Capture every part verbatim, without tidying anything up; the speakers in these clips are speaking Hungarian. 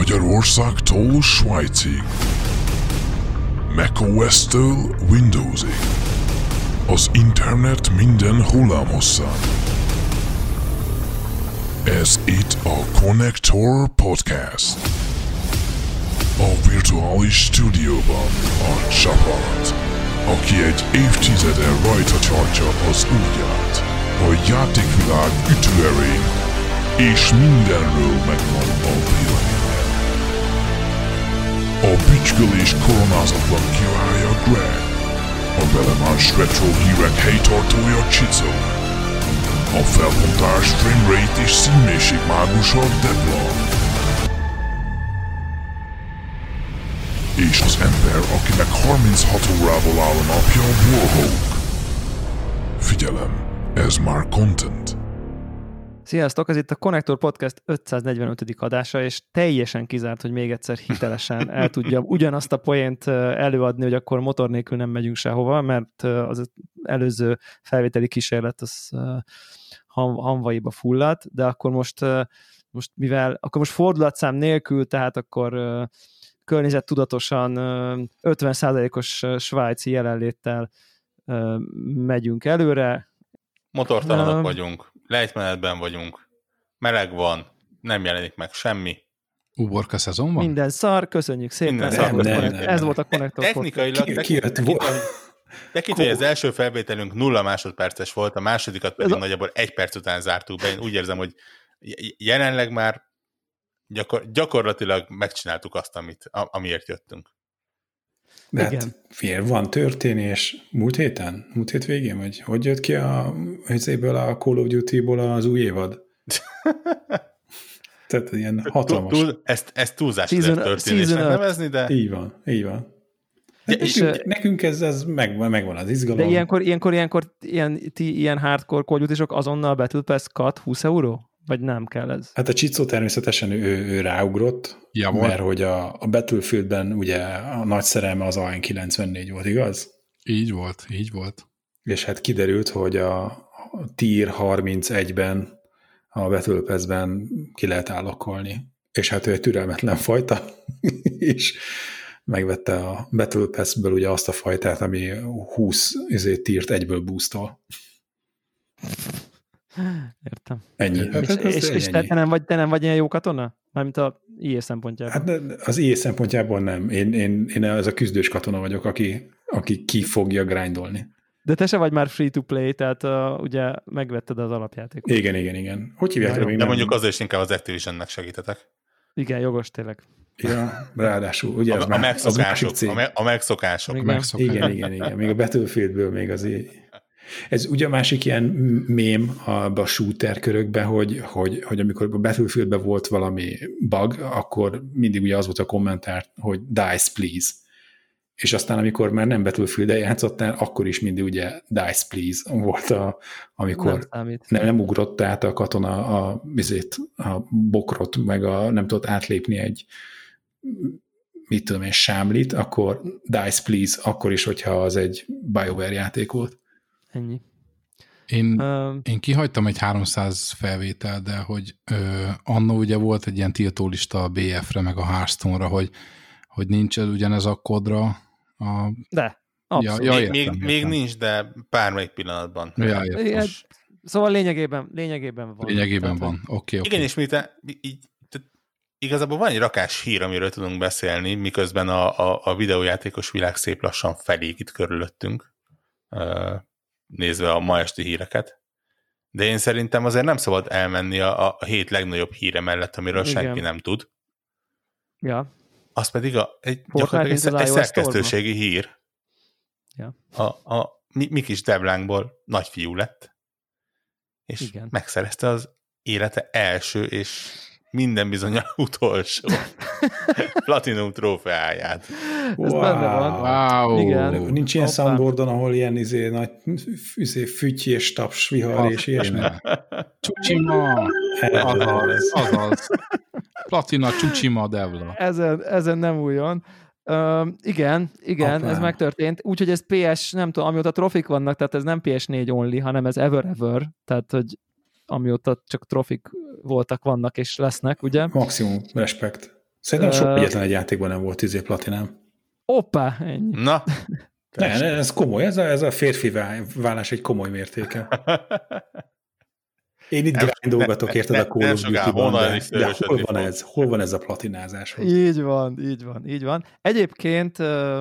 Magyarországtól Svájcig, macOS-től Windowsig, az internet minden hullámhosszán. Ez itt a Konnektor Podcast. A virtuális stúdióban a csapat, aki egy évtizede rajta tartja az ujját, a játékvilág ütőerén, és mindenről megvan a véleménye. A bütykölés koronázatlan királya Greg, a velemás retro hírek helytartója Csicó, a felbontás, framerate és színmélység mágusa Devla, és az ember, akinek harminchat órából áll a napja, Warhawk. Figyelem, ez már content. Sziasztok, ez itt a Konnektor Podcast ötszáznegyvenötödik adása, és teljesen kizárt, hogy még egyszer hitelesen el tudjam ugyanazt a poént előadni, hogy akkor motor nélkül nem megyünk sehova, mert az előző felvételi kísérlet az hamvaiba fulladt, de akkor most, most mivel, akkor most fordulatszám nélkül, tehát akkor környezettudatosan ötven százalékos svájci jelenléttel megyünk előre. Motortalanok um, vagyunk, lejtmenetben vagyunk, meleg van, nem jelenik meg semmi. Uborka szezon van? Minden szar, köszönjük szépen. Minden ez, szar, volt nem, nem, nem, ez nem. volt a Konnektor Technikailag, tekintve, hogy az első felvételünk nulla másodperces volt, a másodikat pedig a... nagyjából egy perc után zártuk be. Én úgy érzem, hogy jelenleg már gyakor- gyakorlatilag megcsináltuk azt, amit, amiért jöttünk. De hát, figyelj, van történés múlt héten? Múlt hét végén? Vagy hogy jött ki a, a Call of Duty-ból az új évad? Tehát ilyen hatalmas. Túl, ezt, ezt túlzás azért történésnek nevezni, de... Így van, így van. Hát és nekünk, nekünk ez, ez megvan, megvan az izgalom. De ilyenkor, ilyenkor, ilyenkor ilyen, ti, ilyen hardcore Call of Duty-sok azonnal Battle Pass cut húsz euró? Vagy nem kell ez? Hát a Csicó természetesen ő, ő ráugrott, ja, mert hogy a, a Battlefieldben ugye a nagy szerelme az A N kilencvennégy volt, igaz? Így volt, így volt. És hát kiderült, hogy a, a Tier harmincegyben a Battle Pass-ben ki lehet állokolni. És hát ő egy türelmetlen fajta, és megvette a Battle Pass-ből ugye azt a fajtát, ami húsz tiert egyből boostol. Értem. Ennyi. És, és, és, és te, te, nem vagy, te nem vagy ilyen jó katona? Mármint a I E szempontjából. Hát az I E szempontjából nem. Én, én, én az a küzdős katona vagyok, aki, aki ki fogja grindolni. De te se vagy már free-to-play, tehát uh, ugye megvetted az alapjátékot. Igen, igen, igen. Hogy hívják? Ja, de nem... mondjuk azért is inkább az Activisionnek segítetek. Igen, jogos tényleg. Ja, ráadásul. Ugye a, az a, már, megszokások, az a, me, a megszokások. Igen. megszokások. Igen, igen, igen. Még a Battlefieldből még az így. Ez ugye a másik ilyen mém a, a shooter körökben, hogy, hogy, hogy amikor a Battlefieldben volt valami bug, akkor mindig ugye az volt a kommentár, hogy dice please. És aztán amikor már nem Battlefield-en játszottál, akkor is mindig ugye dice please volt, a, amikor nem, nem, nem ugrott át a katona a, bizét, a bokrot, meg a, nem tudott átlépni egy mit tudom én, sámlit, akkor dice please, akkor is, hogyha az egy BioWare játék volt. Ennyi. Én, uh, én kihagytam egy háromszáz felvétel, de hogy ö, annó ugye volt egy ilyen tiltólista a bé ef-re, meg a Hearthstone-ra, hogy, hogy nincs ugyanez a kodra. A... De, abszolút. Ja, ja, értem, még, értem. még nincs, de bármelyik pillanatban. Ja, értem. Szóval lényegében, lényegében van. Lényegében van, oké. Okay, okay. Igen, és miután így, igazából van egy rakás hír, amiről tudunk beszélni, miközben a, a, a videójátékos világ szép lassan felégít körülöttünk, nézve a ma esti híreket. De én szerintem azért nem szabad elmenni a, a hét legnagyobb híre mellett, amiről igen. senki nem tud. Ja. Az pedig a, egy, gyakorlatilag egy, egy szerkesztőségi hír. Ja. A, a mi, mi kis Devlánkból nagyfiú lett, és igen. megszerezte az élete első és minden bizonnyal utolsó Platinum trófeáját. Ez wow. benne van. Wow. Igen. Nincs ilyen soundboardon, ahol ilyen izé, nagy izé, fütty és taps, vihar és ilyesmi. Csucsima! Azaz, azaz. Platina, Csucsima, Devla. Ezen, ezen nem újon. Uh, igen, igen, Apá. ez megtörtént. Úgyhogy ez pé es, nem tudom, amióta trofik vannak, tehát ez nem pé es négy only, hanem ez ever ever, tehát hogy amióta csak trofik voltak, vannak és lesznek, ugye? Maximum respekt. Szerintem sok uh, egyetlen egy játékban nem volt izé platinám. Hoppá, ennyi. Na. Ne, ez komoly, ez a, ez a férfi válás egy komoly mértéke. Én itt grindolgatok, érted, a Call of Duty-ban, de, de hol van ez? Hol van ez a platinázás? Így van, így van, így van. Egyébként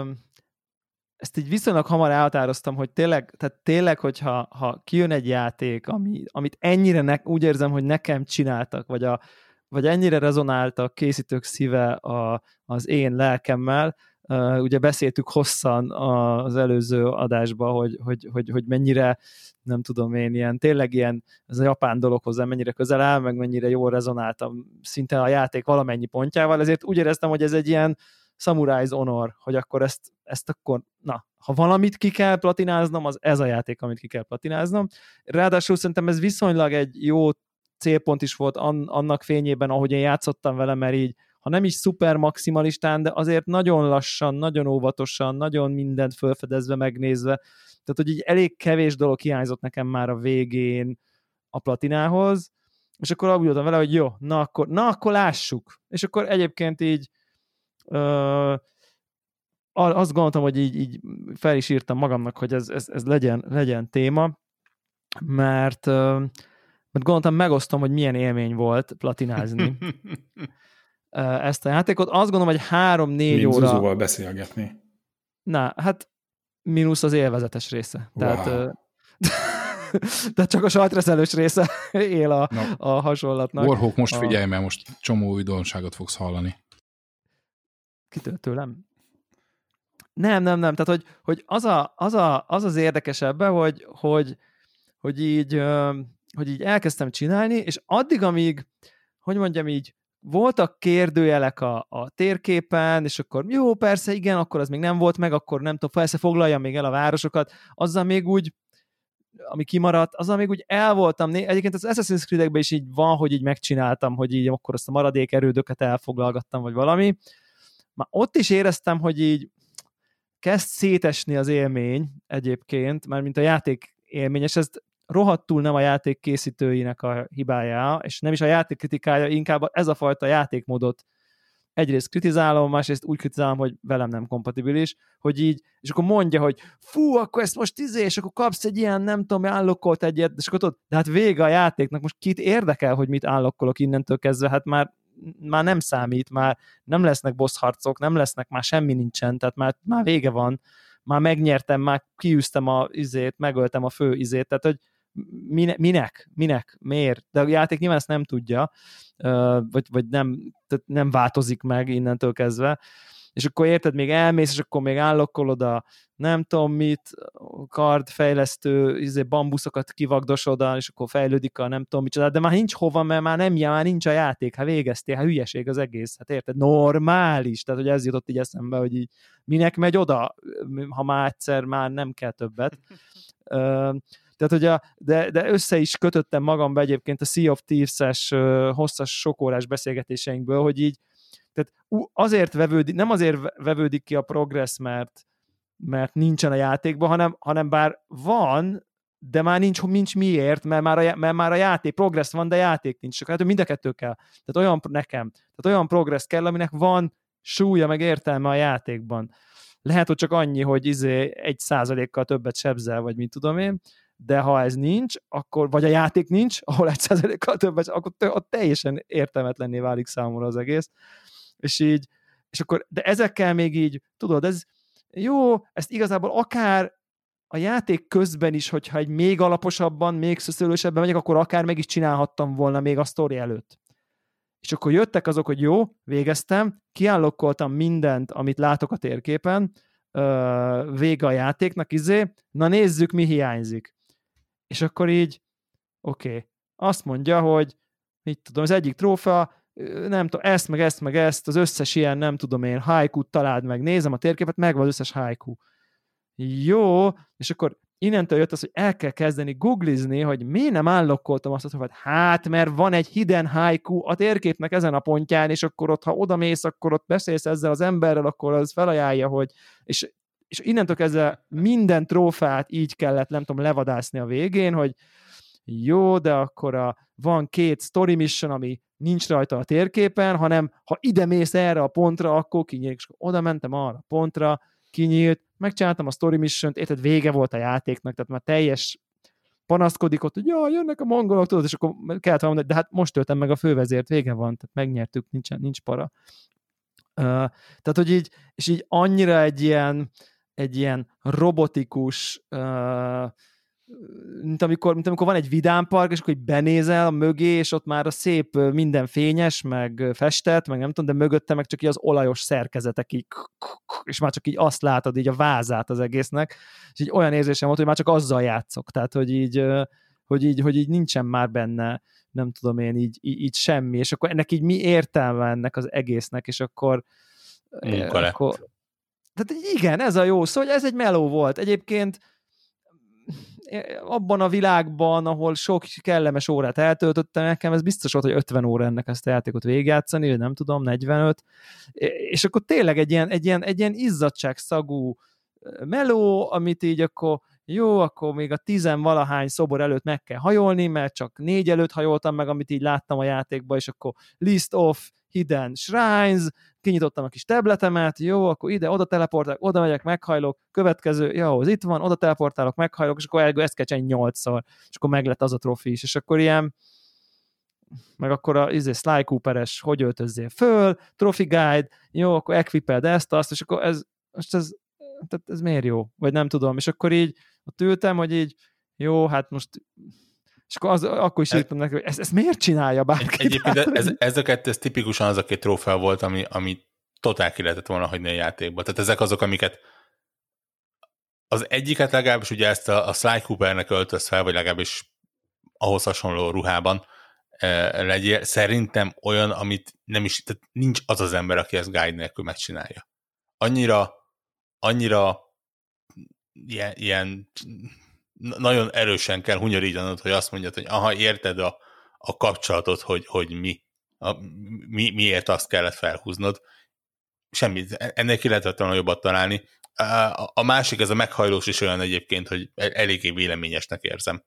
ezt így viszonylag hamar elhatároztam, hogy tényleg, tehát tényleg, hogyha ha kijön egy játék, ami, amit ennyire ne, úgy érzem, hogy nekem csináltak, vagy, a, vagy ennyire rezonáltak készítők szíve a, az én lelkemmel, Uh, ugye beszéltük hosszan az előző adásban, hogy, hogy, hogy, hogy mennyire, nem tudom én, ilyen, tényleg ilyen, ez a japán dolog hozzá mennyire közel áll, meg mennyire jól rezonáltam szinte a játék valamennyi pontjával, ezért úgy éreztem, hogy ez egy ilyen Samurai's Honor, hogy akkor ezt, ezt akkor, na, ha valamit ki kell platináznom, az ez a játék, amit ki kell platináznom. Ráadásul szerintem ez viszonylag egy jó célpont is volt annak fényében, ahogy én játszottam vele, mert így ha nem is szuper maximalistán, de azért nagyon lassan, nagyon óvatosan, nagyon mindent felfedezve, megnézve. Tehát, hogy így elég kevés dolog hiányzott nekem már a végén a platinához, és akkor úgy voltam vele, hogy jó, na akkor, na akkor lássuk. És akkor egyébként így ö, azt gondoltam, hogy így, így fel is írtam magamnak, hogy ez, ez, ez legyen, legyen téma, mert, ö, mert gondoltam, megosztom, hogy milyen élmény volt platinázni ezt a játékot. Azt gondolom, hogy három-négy óra... Mint Zuzóval beszélgetni. Na, hát mínusz az élvezetes része. Wow. Tehát, uh, tehát csak a sajtreszelős része él a, no. a hasonlatnak. Warhawk, most a... figyelj, mert most csomó újdonságot fogsz hallani. Kitől tőlem? Nem, nem, nem. Tehát, hogy, hogy az, a, az, a, az az érdekes ebben, hogy, hogy, hogy, így, hogy így elkezdtem csinálni, és addig, amíg, hogy mondjam így, voltak kérdőjelek a, a térképen, és akkor jó, persze, igen, akkor az még nem volt meg, akkor nem tudom, persze foglaljam még el a városokat, azzal még úgy, ami kimaradt, azzal még úgy el voltam. Egyébként az Assassin's Creed-ekben is így van, hogy így megcsináltam, hogy így akkor azt a maradék erődöket elfoglalgattam, vagy valami. Már ott is éreztem, hogy így kezd szétesni az élmény egyébként, mert mint a játék élmény, és ez rohadtul nem a játék készítőinek a hibája, és nem is a játék kritikája, inkább ez a fajta játékmódot egyrészt kritizálom, másrészt úgy kritizálom, hogy velem nem kompatibilis, hogy így, és akkor mondja, hogy fú, akkor ezt most izé, és akkor kapsz egy ilyen, nem tudom, állokkolt egyet, és akkor tudod, de hát vége a játéknak, most kit érdekel, hogy mit állokkolok innentől kezdve, hát már, már nem számít, már nem lesznek boss harcok, nem lesznek, már semmi nincsen, tehát már, már vége van, már megnyertem, már kiűztem a izét, megöltem a fő izét, tehát hogy minek, minek, miért? De a játék nyilván ezt nem tudja, vagy, vagy nem, tehát nem változik meg innentől kezdve, és akkor érted, még elmész, és akkor még állokkolod a nem tudom mit, kardfejlesztő izé, bambuszokat kivagdosod, és akkor fejlődik a nem tudom micsoda, de már nincs hova, mert már nem, már nincs a játék, hát végeztél, hát hülyeség az egész, hát érted, normális, tehát hogy ez jutott így eszembe, hogy így minek megy oda, ha már egyszer már nem kell többet. Tehát, hogy a, de, de össze is kötöttem magamba egyébként a Sea of Thieves-es hosszas sokórás beszélgetéseinkből, hogy így, tehát azért vevődik, nem azért vevődik ki a progress, mert, mert nincsen a játékban, hanem, hanem bár van, de már nincs, nincs miért, mert már, a, mert már a játék, progress van, de játék nincs. Hát mind a kettő kell. Tehát olyan nekem, tehát olyan progress kell, aminek van súlya, meg értelme a játékban. Lehet, hogy csak annyi, hogy izé egy százalékkal többet sebzel, vagy mit tudom én, de ha ez nincs, akkor, vagy a játék nincs, ahol egy százalékkal többet, akkor ott teljesen értelmetlenné válik számomra az egész. És így, és akkor, de ezekkel még így, tudod, ez jó, ezt igazából akár a játék közben is, hogyha egy még alaposabban, még szöszölősebben megyek, akkor akár meg is csinálhattam volna még a sztori előtt. És akkor jöttek azok, hogy jó, végeztem, kiállokkoltam mindent, amit látok a térképen, vége a játéknak, izé, na nézzük, mi hiányzik. És akkor így, oké, okay. Azt mondja, hogy mit tudom, az egyik trófea, nem tudom, ezt, meg ezt, meg ezt, az összes ilyen, nem tudom én, haiku-t találd meg, nézem a térképet, megvan az összes haiku. Jó, és akkor innentől jött az, hogy el kell kezdeni googlizni, hogy miért nem állokkoltam azt a trófeát. Hát, mert van egy hidden haiku a térképnek ezen a pontján, és akkor ott, ha odamész, akkor ott beszélsz ezzel az emberrel, akkor az felajánlja, hogy, és és innentől kezdve minden trófeát így kellett, nem tudom, levadászni a végén, hogy jó, de akkor a, van két story mission, ami nincs rajta a térképen, hanem ha ide mész erre a pontra, akkor kinyílik, és oda mentem arra a pontra, kinyílt, megcsináltam a story mission-t, érted, vége volt a játéknak, tehát már teljes panaszkodik ott, hogy ja, jönnek a mongolok, tudod, és akkor kellett mondani, de hát most töltem meg a fővezért, vége van, tehát megnyertük, nincs, nincs para. Uh, tehát, hogy így, és így annyira egy ilyen, egy ilyen robotikus, uh, mint, amikor, mint amikor van egy vidámpark, és akkor így benézel a mögé, és ott már a szép minden fényes, meg festett, meg nem tudom, de mögötte meg csak így az olajos szerkezetek így, és már csak így azt látod, így a vázát az egésznek, és így olyan érzésem volt, hogy már csak azzal játszok, tehát, hogy így, hogy így, hogy így nincsen már benne, nem tudom én, így, így, így semmi, és akkor ennek így mi értelme ennek az egésznek, és akkor... akkor tehát igen, ez a jó szó, hogy ez egy meló volt. Egyébként abban a világban, ahol sok kellemes órát eltöltöttem, nekem ez biztos volt, hogy ötven óra ennek ezt a játékot végigjátszani, vagy nem tudom, negyvenöt, és akkor tényleg egy ilyen, egy ilyen, egy ilyen izzadságszagú meló, amit így akkor jó, akkor még a tizenvalahány szobor előtt meg kell hajolni, mert csak négy előtt hajoltam meg, amit így láttam a játékban, és akkor list of hidden shrines, kinyitottam a kis tabletemet, jó, akkor ide, oda teleportálok, oda megyek, meghajlok, következő, jó, az itt van, oda teleportálok, meghajlok, és akkor elgő, ezt kell csinálni nyolcszor, és akkor meglett az a trofi is, és akkor ilyen, meg akkor a izé, Sly Cooper-es, hogy öltözzél föl, trophy guide, jó, akkor equipeld ezt, azt, és akkor ez, most ez, tehát ez miért jó? Vagy nem tudom, és akkor így ott ültem, hogy így, jó, hát most és akkor, az, akkor is írtam neki, hogy ezt, ezt miért csinálja bárki? Egyébként ez, ez a kettő, ez tipikusan az a két trófea volt, ami, ami totál ki lehetett volna hagyni a játékba. Tehát ezek azok, amiket az egyiket legalábbis ugye ezt a, a Sly Coopernek öltöz fel, vagy legalábbis ahhoz hasonló ruhában e, legyél. Szerintem olyan, amit nem is, tehát nincs az az ember, aki ezt guide nélkül megcsinálja. Annyira, annyira ilyen, ilyen nagyon erősen kell hunyorítanod, hogy azt mondjad, hogy aha, érted a, a kapcsolatot, hogy, hogy mi, a, mi, miért azt kellett felhúznod. Semmi, ennél ki lehetett volna jobbat találni. A, a másik, ez a meghajlós is olyan egyébként, hogy eléggé véleményesnek érzem.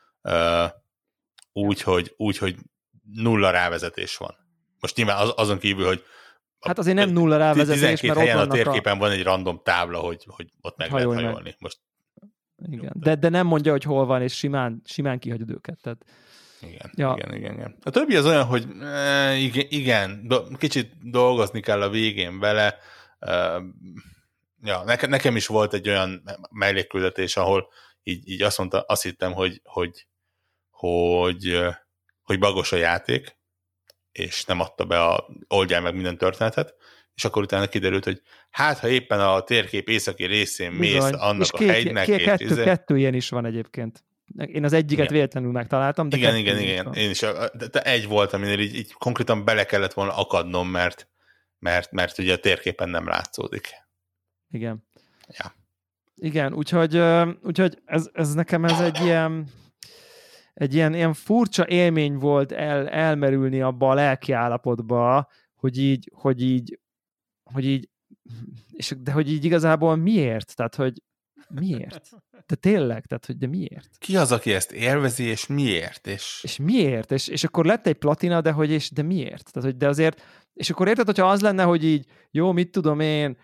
Úgy, hogy, úgy, hogy nulla rávezetés van. Most nyilván az, azon kívül, hogy hát azért nem nulla rávezetés, tizenkét helyen a térképen a... van egy random tábla, hogy, hogy ott meg hajolni lehet hajolni. Most igen. De, de nem mondja, hogy hol van, és simán, simán kihagyod őket. Tehát... Igen, ja. igen, igen, igen. A többi az olyan, hogy e, igen, igen do, kicsit dolgozni kell a végén vele. E, ja, nekem, nekem is volt egy olyan mellékküldetés, ahol így, így azt mondta, azt hittem, hogy, hogy, hogy, hogy bagos a játék, és nem adta be a oldjál meg minden történetet, és akkor utána kiderült, hogy hát, ha éppen a térkép északi részén mész bizony. Annak és a két, hegynek... Két, kettő, és kettő ilyen is van egyébként. Én az egyiket igen. véletlenül megtaláltam, de igen, igen, igen. Van. Én is. De, de egy volt, aminél így, így konkrétan bele kellett volna akadnom, mert, mert, mert ugye a térképen nem látszódik. Igen. Ja. Igen, úgyhogy, úgyhogy ez, ez nekem ez egy ilyen egy ilyen, ilyen furcsa élmény volt el, elmerülni abba a lelki állapotba, hogy így, hogy így, hogy így, és, de hogy így igazából miért? Tehát, hogy miért? De tényleg, tehát, hogy de miért? Ki az, aki ezt élvezi, és miért? És, és miért? És, és akkor lett egy platina, de hogy és de miért? Tehát, hogy de azért, és akkor érted, hogyha az lenne, hogy így, jó, mit tudom én,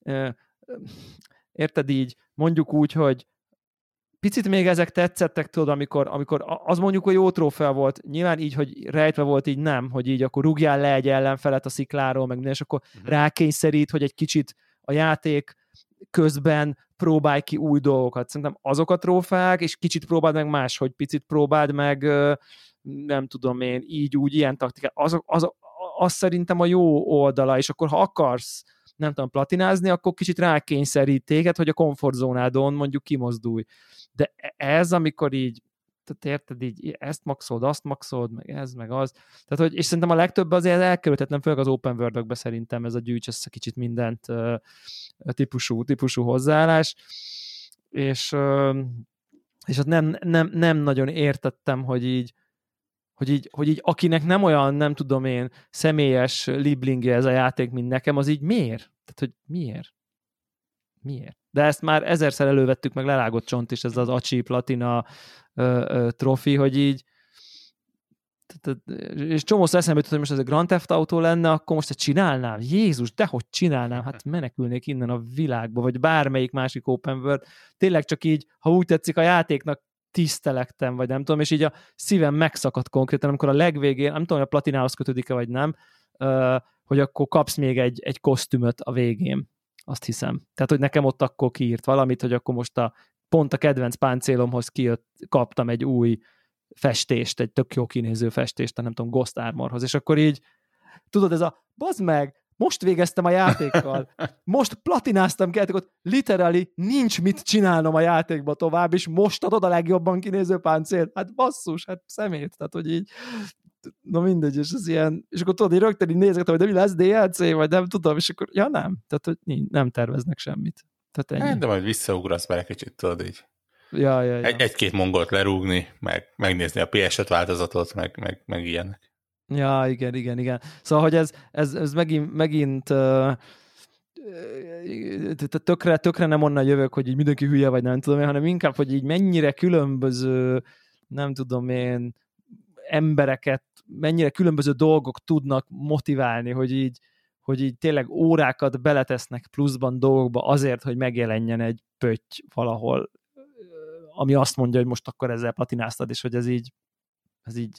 érted így, mondjuk úgy, hogy picit még ezek tetszettek, tudod, amikor, amikor az mondjuk, hogy jó trófea volt, nyilván így, hogy rejtve volt, így nem, hogy így akkor rúgjál le egy ellenfelet a szikláról, meg minden, és akkor uh-huh. rákényszerít, hogy egy kicsit a játék közben próbálj ki új dolgokat. Szerintem azok a trófeák, és kicsit próbáld meg más, hogy picit próbáld meg, nem tudom én, így, úgy, ilyen taktikát. Azok, az, az szerintem a jó oldala, és akkor ha akarsz, nem tudom, platinázni, akkor kicsit rákényszerít téged, hogy a komfortzónádon mondjuk kimozdulj. De ez, amikor így, tehát érted, így ezt maxolod, azt maxolod, meg ez, meg az. Tehát, hogy, és szerintem a legtöbb azért elkerülhetetlen, főleg az open world-ökbe szerintem ez a gyűjts össze kicsit mindent uh, típusú, típusú hozzáállás. És, uh, és ott nem, nem, nem nagyon értettem, hogy így, hogy így, hogy így akinek nem olyan, nem tudom én, személyes liblingje ez a játék, mint nekem, az így miért? Tehát, hogy miért? Miért? De ezt már ezerszer elővettük, meg lerágott csont is, ez az Acsi Platina ö, ö, trofi, hogy így és csomószor eszembe jutott, hogy most ez a Grand Theft Auto lenne, akkor most ezt csinálnám? Jézus, dehogy csinálnám? Hát menekülnék innen a világba, vagy bármelyik másik open world. Tényleg csak így, ha úgy tetszik, a játéknak tisztelektem, vagy nem tudom, és így a szívem megszakadt konkrétan, amikor a legvégén, nem tudom, hogy a platinához kötődik-e, vagy nem, hogy akkor kapsz még egy, egy kosztümöt a végén. Azt hiszem. Tehát, hogy nekem ott akkor kiírt valamit, hogy akkor most a, pont a kedvenc páncélomhoz kijött, kaptam egy új festést, egy tök jó kinéző festést, nem tudom, Ghost Armorhoz, és akkor így, tudod, ez a, bazd meg, most végeztem a játékkal, most platináztam ki játékot, literally nincs mit csinálnom a játékba tovább, és most adod a legjobban kinéző páncélt, hát basszus, hát szemét, tehát, hogy így, na mindegy, és ez ilyen, és akkor tudod, így rögtön így nézgetem, hogy de mi lesz dé el cé, vagy nem tudom, és akkor, ja nem, tehát, hogy nem terveznek semmit. Tehát ennyi. De majd visszaugrasz bele kicsit, tudod így. Ja, ja, ja. Egy, egy-két mongolt lerúgni, meg megnézni a pé es öt változatot, meg, meg, meg ilyenek. Ja, igen, igen, igen. Szóval, hogy ez, ez, ez megint, megint uh, tökre, tökre nem onnan jövök, hogy így mindenki hülye, vagy nem tudom én, hanem inkább, hogy így mennyire különböző, nem tudom én, embereket, mennyire különböző dolgok tudnak motiválni, hogy így, hogy így tényleg órákat beletesznek pluszban dolgokba azért, hogy megjelenjen egy pötty valahol, ami azt mondja, hogy most akkor ezzel platináztad, és hogy ez így, ez így,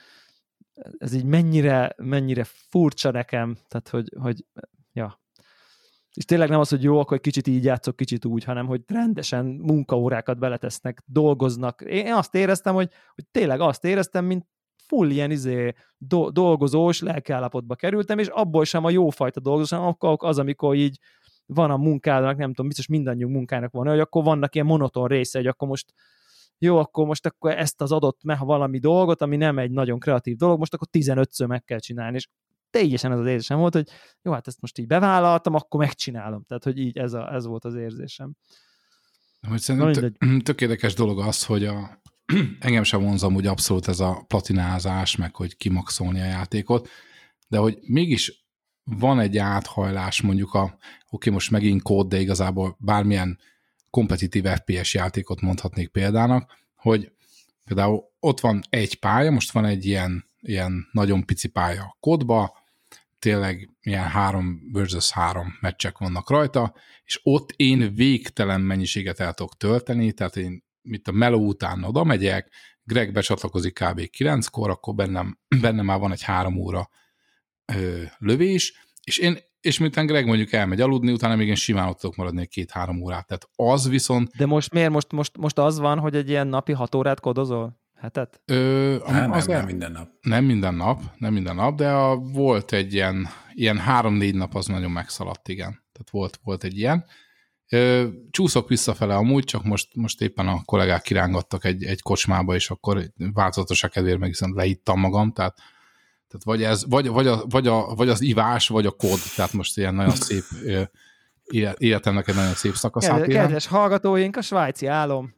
ez így mennyire, mennyire furcsa nekem, tehát hogy, hogy ja. És tényleg nem az, hogy jó, akkor kicsit így játszok, kicsit úgy, hanem hogy rendesen munkaórákat beletesznek, dolgoznak. Én azt éreztem, hogy, hogy tényleg azt éreztem, mint full ilyen izé, do, dolgozós lelkiállapotba kerültem, és abból sem a jófajta dolgozós, hanem akkor az, amikor így van a munkának, nem tudom, biztos mindannyiunk munkának van, hogy akkor vannak ilyen monoton része, hogy akkor most jó, akkor most akkor ezt az adott meha valami dolgot, ami nem egy nagyon kreatív dolog, most akkor tizenötször meg kell csinálni, és teljesen ez az érzésem volt, hogy jó, hát ezt most így bevállaltam, akkor megcsinálom. Tehát, hogy így ez, a, ez volt az érzésem. Hogy szerintem tök, tök érdekes dolog az, hogy a, engem sem vonzom úgy abszolút ez a platinázás, meg hogy kimaxolni a játékot, de hogy mégis van egy áthajlás mondjuk a, oké, most megint kód, de igazából bármilyen kompetitív ef pé es játékot mondhatnék példának, hogy például ott van egy pálya, most van egy ilyen, ilyen nagyon pici pálya a kódba, tényleg ilyen három versus három meccsek vannak rajta, és ott én végtelen mennyiséget el tudok tölteni, tehát én mit a meló után oda megyek, Greg becsatlakozik kb. kilenckor, akkor bennem, bennem már van egy három óra ö, lövés, és én és miután Greg mondjuk elmegy aludni, utána még én simán ott tudok maradni egy két-három órát. Tehát az viszont... De most miért? Most, most, most az van, hogy egy ilyen napi hat órát kodozol? Hetet? Ö, nem, az nem, nem minden nap. Nem minden nap, nem minden nap, de a, volt egy ilyen, ilyen három-négy nap, az nagyon megszaladt, igen. Tehát volt, volt egy ilyen. Ö, csúszok visszafele amúgy, csak most, most éppen a kollégák kirángattak egy, egy kocsmába, és akkor változatos kedvéért meg viszont leittam magam, tehát Tehát vagy, ez, vagy, vagy, a, vagy, a, vagy az ivás, vagy a kód, tehát most ilyen nagyon szép, életemnek egy nagyon szép szakaszát élem. Kedves hallgatóink, a svájci álom.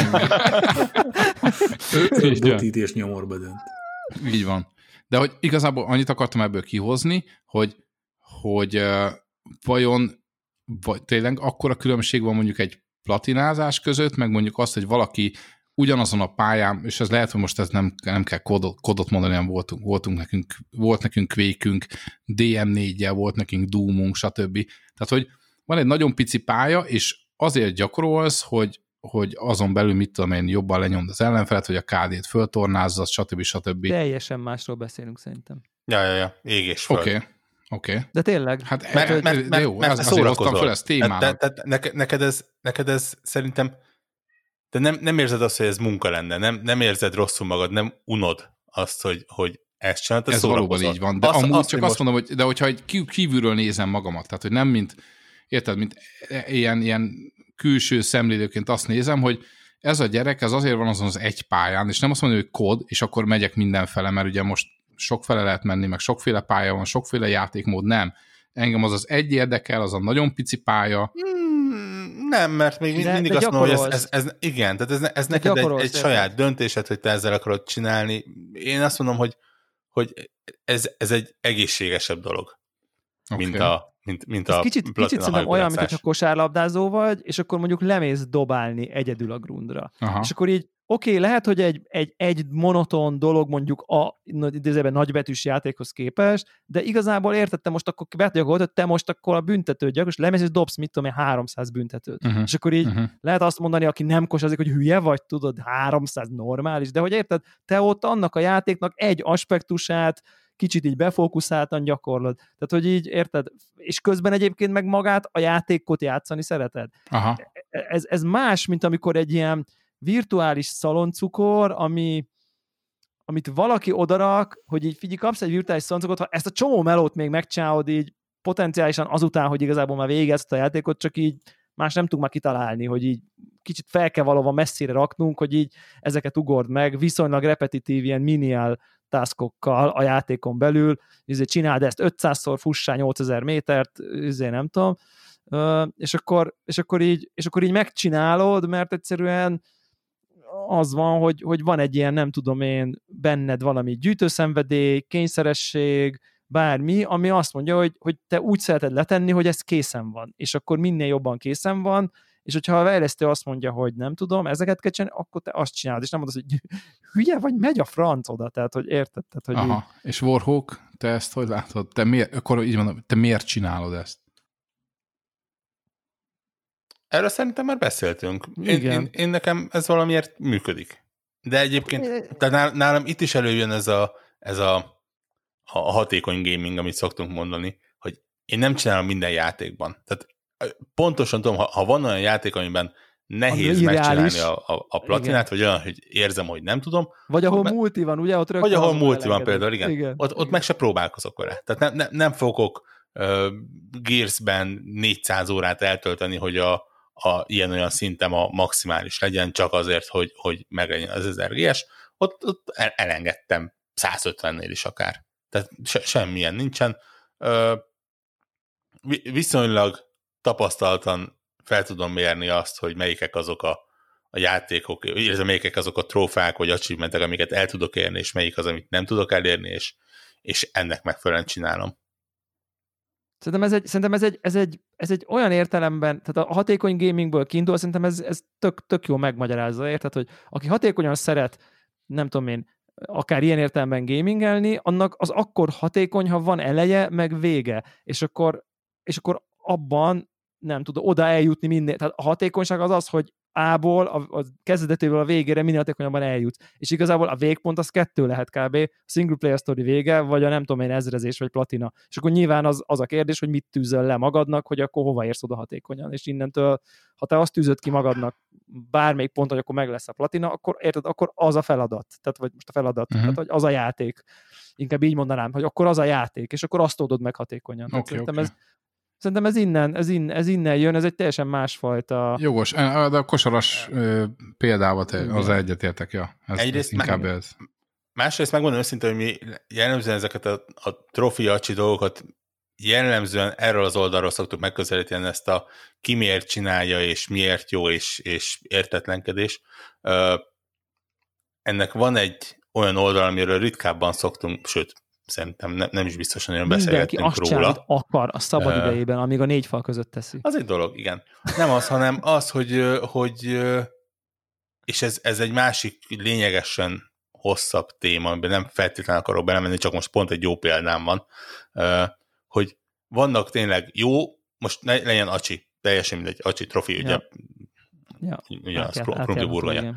Botítés nyomorba dönt. Így van. De hogy igazából annyit akartam ebből kihozni, hogy, hogy uh, vajon vagy tényleg akkora különbség van mondjuk egy platinázás között, meg mondjuk azt, hogy valaki ugyanazon a pályán, és ez lehet, hogy most ez nem, nem kell kódot, kódot mondani, nem voltunk, voltunk nekünk, volt nekünk Quake-ünk, dé em négyel volt nekünk Doom-unk, stb. Tehát, hogy van egy nagyon pici pálya, és azért gyakorolsz, hogy, hogy azon belül mit tudom én, jobban lenyomd az ellenfelet, hogy a ká dét föltornázzad, stb. stb. Teljesen másról beszélünk szerintem. Ja, ja, ja, ég és föld. Oké. Okay. Okay. De tényleg. Hát mert, mert, mert, mert, jó, mert, az, azért hoztam föl ezt témának. Te, te, neked, neked, ez, neked ez szerintem de nem, nem érzed azt, hogy ez munka lenne, nem, nem érzed rosszul magad, nem unod azt, hogy, hogy ezt csinálod, ez valóban így van, de azt, amúgy azt, csak azt most... mondom, hogy de hogyha egy kívülről nézem magamat, tehát hogy nem mint, érted, mint ilyen, ilyen külső szemlélőként azt nézem, hogy ez a gyerek, ez azért van azon az egy pályán, és nem azt mondom, hogy kód, és akkor megyek mindenfele, mert ugye most sokfele lehet menni, meg sokféle pálya van, sokféle játékmód, nem. Engem az az egy érdekel, az a nagyon pici pálya. Hmm, nem, mert még de, mindig de azt mondom, hogy ez, ez, ez igen, tehát ez, ez neked egy, egy saját döntésed, hogy te ezzel akarod csinálni. Én azt mondom, hogy, hogy ez, ez egy egészségesebb dolog, okay. mint, a, mint, mint ez a kicsit, kicsit szerintem olyan, mint hogyha kosárlabdázó vagy, és akkor mondjuk lemész dobálni egyedül a grundra. Aha. És akkor így oké, okay, lehet, hogy egy, egy, egy monoton dolog mondjuk a idézőben nagybetűs játékhoz képest, de igazából érted, te most akkor betegyek, hogy te most akkor a büntetőt gyakorlatilag, és lemész és dobsz, mit tudom én, háromszáz büntetőt. Uh-huh. És akkor így uh-huh. lehet azt mondani, aki nem kosázik, hogy hülye vagy, tudod, háromszáz normális, de hogy érted, te ott annak a játéknak egy aspektusát kicsit így befókuszáltan gyakorlod. Tehát, hogy így érted, és közben egyébként meg magát a játékot játszani szereted. Aha. Ez, ez más, mint amikor egy ilyen virtuális szaloncukor, ami, amit valaki odarak, hogy így figyelj, kapsz egy virtuális szaloncukort, ha ezt a csomó melót még megcsinálod így potenciálisan azután, hogy igazából már végezt a játékot, csak így más nem tudunk már kitalálni, hogy így kicsit fel kell valóban messzire raknunk, hogy így ezeket ugord meg, viszonylag repetitív ilyen miniál taskokkal a játékon belül, ezért csináld ezt ötszázszor, fussál nyolcezer métert, ezért nem tudom, és akkor, és akkor, így, és akkor így megcsinálod, mert egyszerűen az van, hogy, hogy van egy ilyen, nem tudom én, benned valami gyűjtőszenvedély, kényszeresség, bármi, ami azt mondja, hogy, hogy te úgy szereted letenni, hogy ez készen van, és akkor minél jobban készen van, és hogyha a fejlesztő azt mondja, hogy nem tudom, ezeket kell csinálni, akkor te azt csinálod, és nem mondod, hogy hülye vagy, megy a franc oda, tehát, hogy érted? Tehát, hogy aha, így... és Warhawk, te ezt hogy látod? Te miért, akkor így mondom, te miért csinálod ezt? Erről szerintem már beszéltünk. Én, én, én nekem ez valamiért működik. De egyébként tehát nálam itt is előjön ez a, ez a, a hatékony gaming, amit szoktunk mondani, hogy én nem csinálom minden játékban. Tehát pontosan tudom, ha, ha van olyan játék, amiben nehéz megcsinálni a, a, a platinát, igen. vagy olyan, hogy érzem, hogy nem tudom. Vagy ahol multi van, ugye? Ott vagy ahol multi van például, igen. igen. Ott, ott igen. meg se próbálkozok vele. Tehát ne, ne, nem fogok uh, Gears-ben négyszáz órát eltölteni, hogy a, a ilyen-olyan szintem a maximális legyen, csak azért, hogy, hogy meglegyen az ezer gé es. Ott, ott elengedtem száz ötvennél is akár. Tehát se, semmilyen nincsen. Uh, viszonylag tapasztaltan fel tudom mérni azt, hogy melyikek azok a, a játékok, illetve melyikek azok a trófák vagy achievementek, amiket el tudok érni, és melyik az, amit nem tudok elérni, és, és ennek megfelelően csinálom. Szerintem ez egy, szerintem ez egy, ez egy, ez egy olyan értelemben, tehát a hatékony gamingből kiindul, szerintem ez, ez tök, tök jó megmagyarázza, érted, hogy aki hatékonyan szeret, nem tudom én, akár ilyen értelemben gamingelni, annak az akkor hatékony, ha van eleje, meg vége, és akkor, és akkor abban nem tud oda eljutni minden. Tehát a hatékonyság az az, hogy A-ból, a, a kezdetéből a végére minél hatékonyabban eljutsz. És igazából a végpont az kettő lehet kb. A single player story vége, vagy a nem tudom én ezrezés, vagy platina. És akkor nyilván az, az a kérdés, hogy mit tűzöl le magadnak, hogy akkor hova érsz oda hatékonyan. És innentől, ha te azt tűzöd ki magadnak bármelyik pont, hogy akkor meg lesz a platina, akkor érted, akkor az a feladat. Tehát vagy most a feladat, uh-huh. tehát hogy az a játék. Inkább így mondanám, hogy akkor az a játék, és akkor azt oldod meg hatékonyan. Okay, szerintem okay. ez Szerintem ez innen, ez, in, ez innen jön, ez egy teljesen másfajta... Jogos, de a kosaras ö, példával te, az egyetértek, ja. Ez, Egyrészt ez inkább meg, ez. Másrészt megmondom őszintén, hogy mi jellemzően ezeket a, a trofi-acsi dolgokat jellemzően erről az oldalról szoktuk megközelíteni ezt a ki miért csinálja, és miért jó, és, és értetlenkedés. Ö, ennek van egy olyan oldal, amiről ritkábban szoktunk, sőt, szerintem ne, nem is biztosan olyan beszélgettünk róla. Mindenki azt csinál, akar a szabad idejében, amíg a négy fal között teszi. Az egy dolog, igen. Nem az, hanem az, hogy, hogy és ez, ez egy másik lényegesen hosszabb téma, amiben nem feltétlenül akarok belemenni, csak most pont egy jó példám van, hogy vannak tényleg jó, most ne legyen acsi, teljesen mindegy, acsi, trofi, ugye, ja. ugyanaz, krumpli burgonya.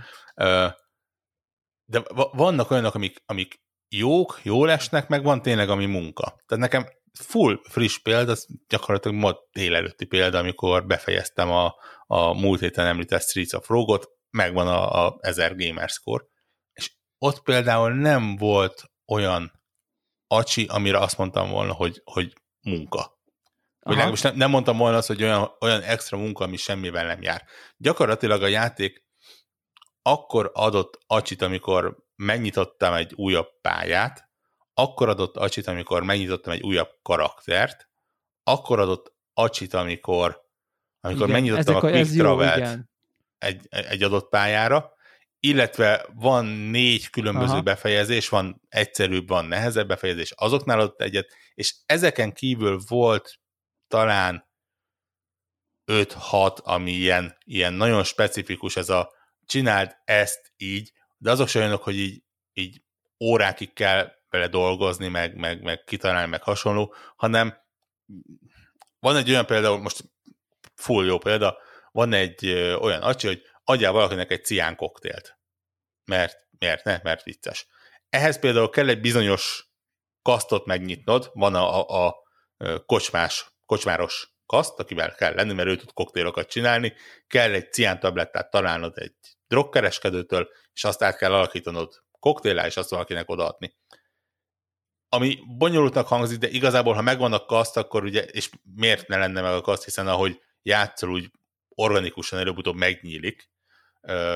De vannak olyanok, amik, amik jók, jól esnek, meg van tényleg, ami munka. Tehát nekem full friss példa, az gyakorlatilag ma délelőtti példa, amikor befejeztem a, a múlt héten említett Streets of Rogue-ot, megvan a, a ezer gamer score, és ott például nem volt olyan acsi, amire azt mondtam volna, hogy, hogy munka. Vagy legalábbis nem, nem mondtam volna azt, hogy olyan, olyan extra munka, ami semmivel nem jár. Gyakorlatilag a játék akkor adott acsit, amikor megnyitottam egy újabb pályát, akkor adott acsit, amikor megnyitottam egy újabb karaktert, akkor adott acsit, amikor, amikor igen, megnyitottam a Quick Travel-t egy, egy adott pályára, illetve van négy különböző aha. befejezés, van egyszerűbb, van nehezebb befejezés, azoknál adott egyet, és ezeken kívül volt talán öt-hat, ami ilyen, ilyen nagyon specifikus, ez a csináld ezt így, de azok se olyanok, hogy így, így órákig kell vele dolgozni, meg, meg, meg kitalálni, meg hasonló, hanem van egy olyan példa, most full jó példa, van egy ö, olyan acsi, hogy adjál valakinek egy cián koktélt. Mert, miért ne? Mert vicces. Ehhez például kell egy bizonyos kasztot megnyitnod, van a, a, a kocsmás, kocsmáros kaszt, akivel kell lenni, mert ő tud koktélokat csinálni, kell egy ciántablettát találnod egy drogkereskedőtől, és azt át kell alakítanod koktélá, és azt valakinek odaadni. Ami bonyolultnak hangzik, de igazából, ha megvan a kaszt, akkor ugye, és miért ne lenne meg a kaszt, hiszen ahogy játszol, úgy organikusan előbb-utóbb megnyílik, ö,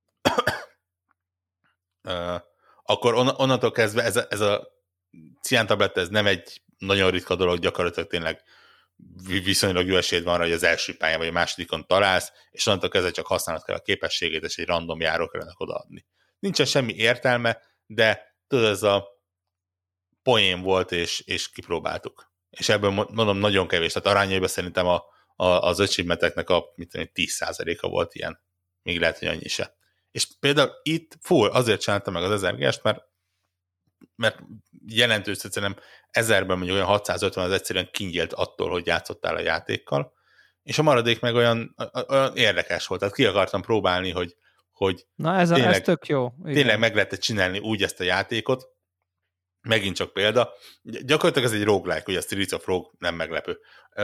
ö, akkor on, onnantól kezdve ez a, ez a ciántabletta, ez nem egy nagyon ritka dolog, gyakorlatilag tényleg viszonylag jó esélyed van rá, hogy az első pályán vagy a másodikon találsz, és onnantól kezdve csak használnod kell a képességét, és egy random járókörnek odaadni. Nincsen semmi értelme, de tudod, ez a poén volt, és, és kipróbáltuk. És ebből mondom, nagyon kevés. Tehát arányaiban szerintem a, a, az achievementeknek a mit tudom, tíz százaléka volt ilyen. Még lehet, hogy annyi se. És például itt full azért csináltam meg az ezer gé-st, mert, mert jelentős, szerintem ezerben mondjuk olyan hatszázötven az egyszerűen kinyílt attól, hogy játszottál a játékkal, és a maradék meg olyan, olyan érdekes volt. Tehát ki akartam próbálni, hogy, hogy Na ez, a, tényleg, ez tök jó. Igen. Tényleg meg lehetett csinálni úgy ezt a játékot, megint csak példa. Gyakorlatilag ez egy roguelike, ugye a Streets of Rogue nem meglepő.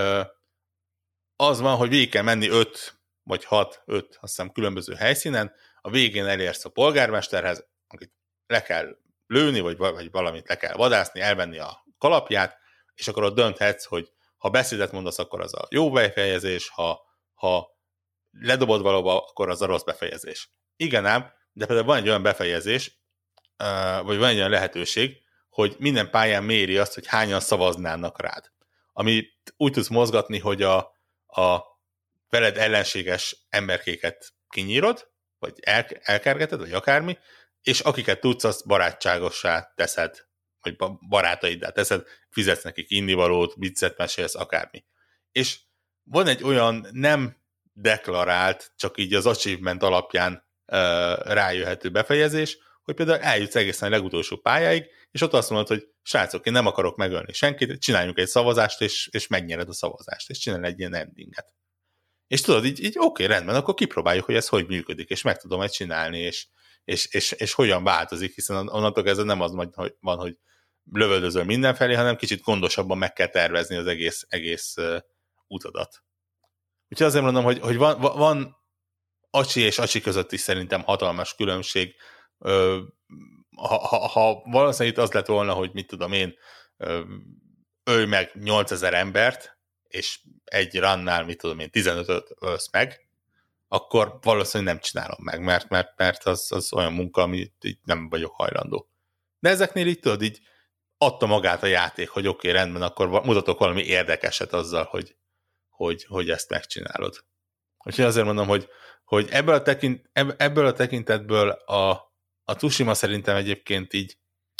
Az van, hogy végig kell menni öt vagy hat, öt, azt hiszem különböző helyszínen, a végén elérsz a polgármesterhez, akit le kell lőni, vagy, vagy valamit le kell vadászni, elvenni a kalapját, és akkor ott dönthetsz, hogy ha beszédet mondasz, akkor az a jó befejezés, ha, ha ledobod valóba, akkor az a rossz befejezés. Igen ám, de például van egy olyan befejezés, vagy van egy olyan lehetőség, hogy minden pályán méri azt, hogy hányan szavaznának rád. Amit úgy tudsz mozgatni, hogy a, a veled ellenséges emberkéket kinyírod, vagy el, elkergeted, vagy akármi, és akiket tudsz, azt barátságossá teszed, vagy barátaiddá teszed, fizetsz nekik innivalót, viccet mesélsz, akármi. És van egy olyan nem deklarált, csak így az achievement alapján uh, rájöhető befejezés, hogy például eljutsz egészen a legutolsó pályáig, és ott azt mondod, hogy srácok, én nem akarok megölni senkit, csináljunk egy szavazást, és, és megnyered a szavazást, és csinálj egy ilyen endinget. És tudod, így, így oké, rendben, akkor kipróbáljuk, hogy ez hogy működik, és meg tudom ezt csinálni, és, és, és, és hogyan változik, hiszen onnantól kezdve nem az van, hogy lövöldözöl mindenfelé, hanem kicsit gondosabban meg kell tervezni az egész, egész uh, utadat. Úgyhogy azért mondom, hogy, hogy van, van acsi és acsi között is szerintem hatalmas különbség. Uh, ha, ha, ha valószínűleg itt az lett volna, hogy mit tudom én, uh, ölj meg nyolcezer embert, és egy runnál, mit tudom én, tizenötöt ölsz meg, akkor valószínűleg nem csinálom meg, mert, mert, mert az, az olyan munka, amit így nem vagyok hajlandó. De ezeknél így tudod, így adta magát a játék, hogy oké, okay, rendben, akkor mutatok valami érdekeset azzal, hogy, hogy, hogy ezt megcsinálod. Úgyhogy azért mondom, hogy, hogy ebből, a tekint, ebből a tekintetből a, a Tsushima szerintem egyébként így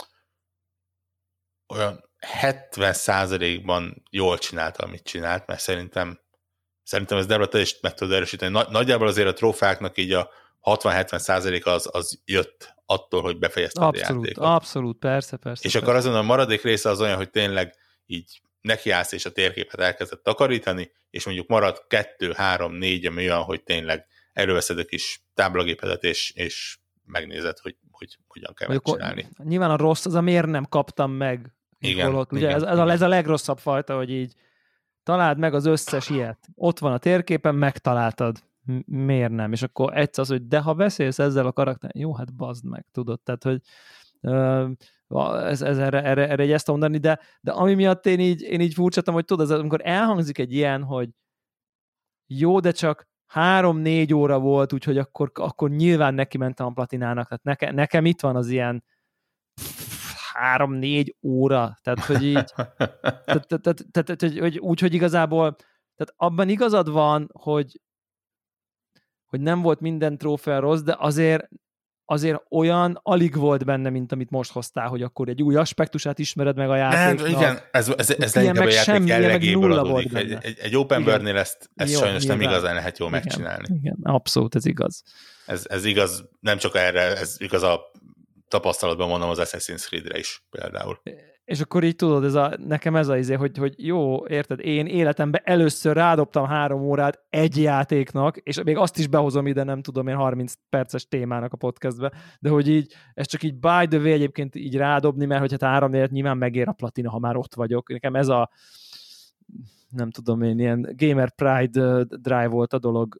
olyan hetven százalékban jól csinálta, amit csinált, mert szerintem szerintem ez Debra, te is meg tudod erősíteni. Nagy, nagyjából azért a trófáknak így a hatvan-hetven százalék az, az jött attól, hogy befejezted abszolút, a játékot. Abszolút, persze, persze. És persze. akkor azon a maradék része az olyan, hogy tényleg így nekiállsz és a térképet elkezded takarítani, és mondjuk marad kettő, három, négy, ami olyan, hogy tényleg előveszed a kis táblagépedet, és, és megnézed, hogy, hogy hogyan kell megcsinálni. Nyilván a rossz az, a miért nem kaptam meg. Igen, holott, ugye igen, ez, ez, a, ez a legrosszabb fajta, hogy így találd meg az összes ilyet. Ott van a térképen, megtaláltad. M- miért nem? És akkor egyszer az, hogy de ha beszélsz ezzel a karakter, jó, hát bazd meg, tudod. Tehát, hogy uh, ez, ez erre, erre, erre egy ezt mondani, de, de ami miatt én így, én így furcsatom, hogy tudod, ez, amikor elhangzik egy ilyen, hogy jó, de csak három-négy óra volt, úgyhogy akkor, akkor nyilván neki mentem a platinának. Tehát neke, nekem itt van az ilyen három-négy óra, tehát hogy így tehát, tehát, tehát, tehát, hogy, hogy, úgy, hogy igazából tehát abban igazad van, hogy hogy nem volt minden trófea rossz, de azért azért olyan alig volt benne, mint amit most hoztál, hogy akkor egy új aspektusát ismered meg a játéknak. Nem, igen, ez, ez, ez leginkább a játék jellegéből adódik. Egy, egy, egy open world-nél ezt, ezt jó, sajnos nyilván. Nem igazán lehet jól igen, megcsinálni. Igen, abszolút, ez igaz. Ez, ez igaz, nem csak erre, ez igaz a tapasztalatban mondom az Assassin's Creed-re is például. És akkor így tudod, ez a, nekem ez az izé, hogy, hogy jó, érted, én életemben először rádobtam három órát egy játéknak, és még azt is behozom ide, nem tudom én, harminc perces témának a podcastbe, de hogy így, ez csak így by the way egyébként így rádobni, mert hogyha három élet nyilván megér a platina, ha már ott vagyok. Nekem ez a nem tudom én, ilyen Gamer Pride drive volt a dolog.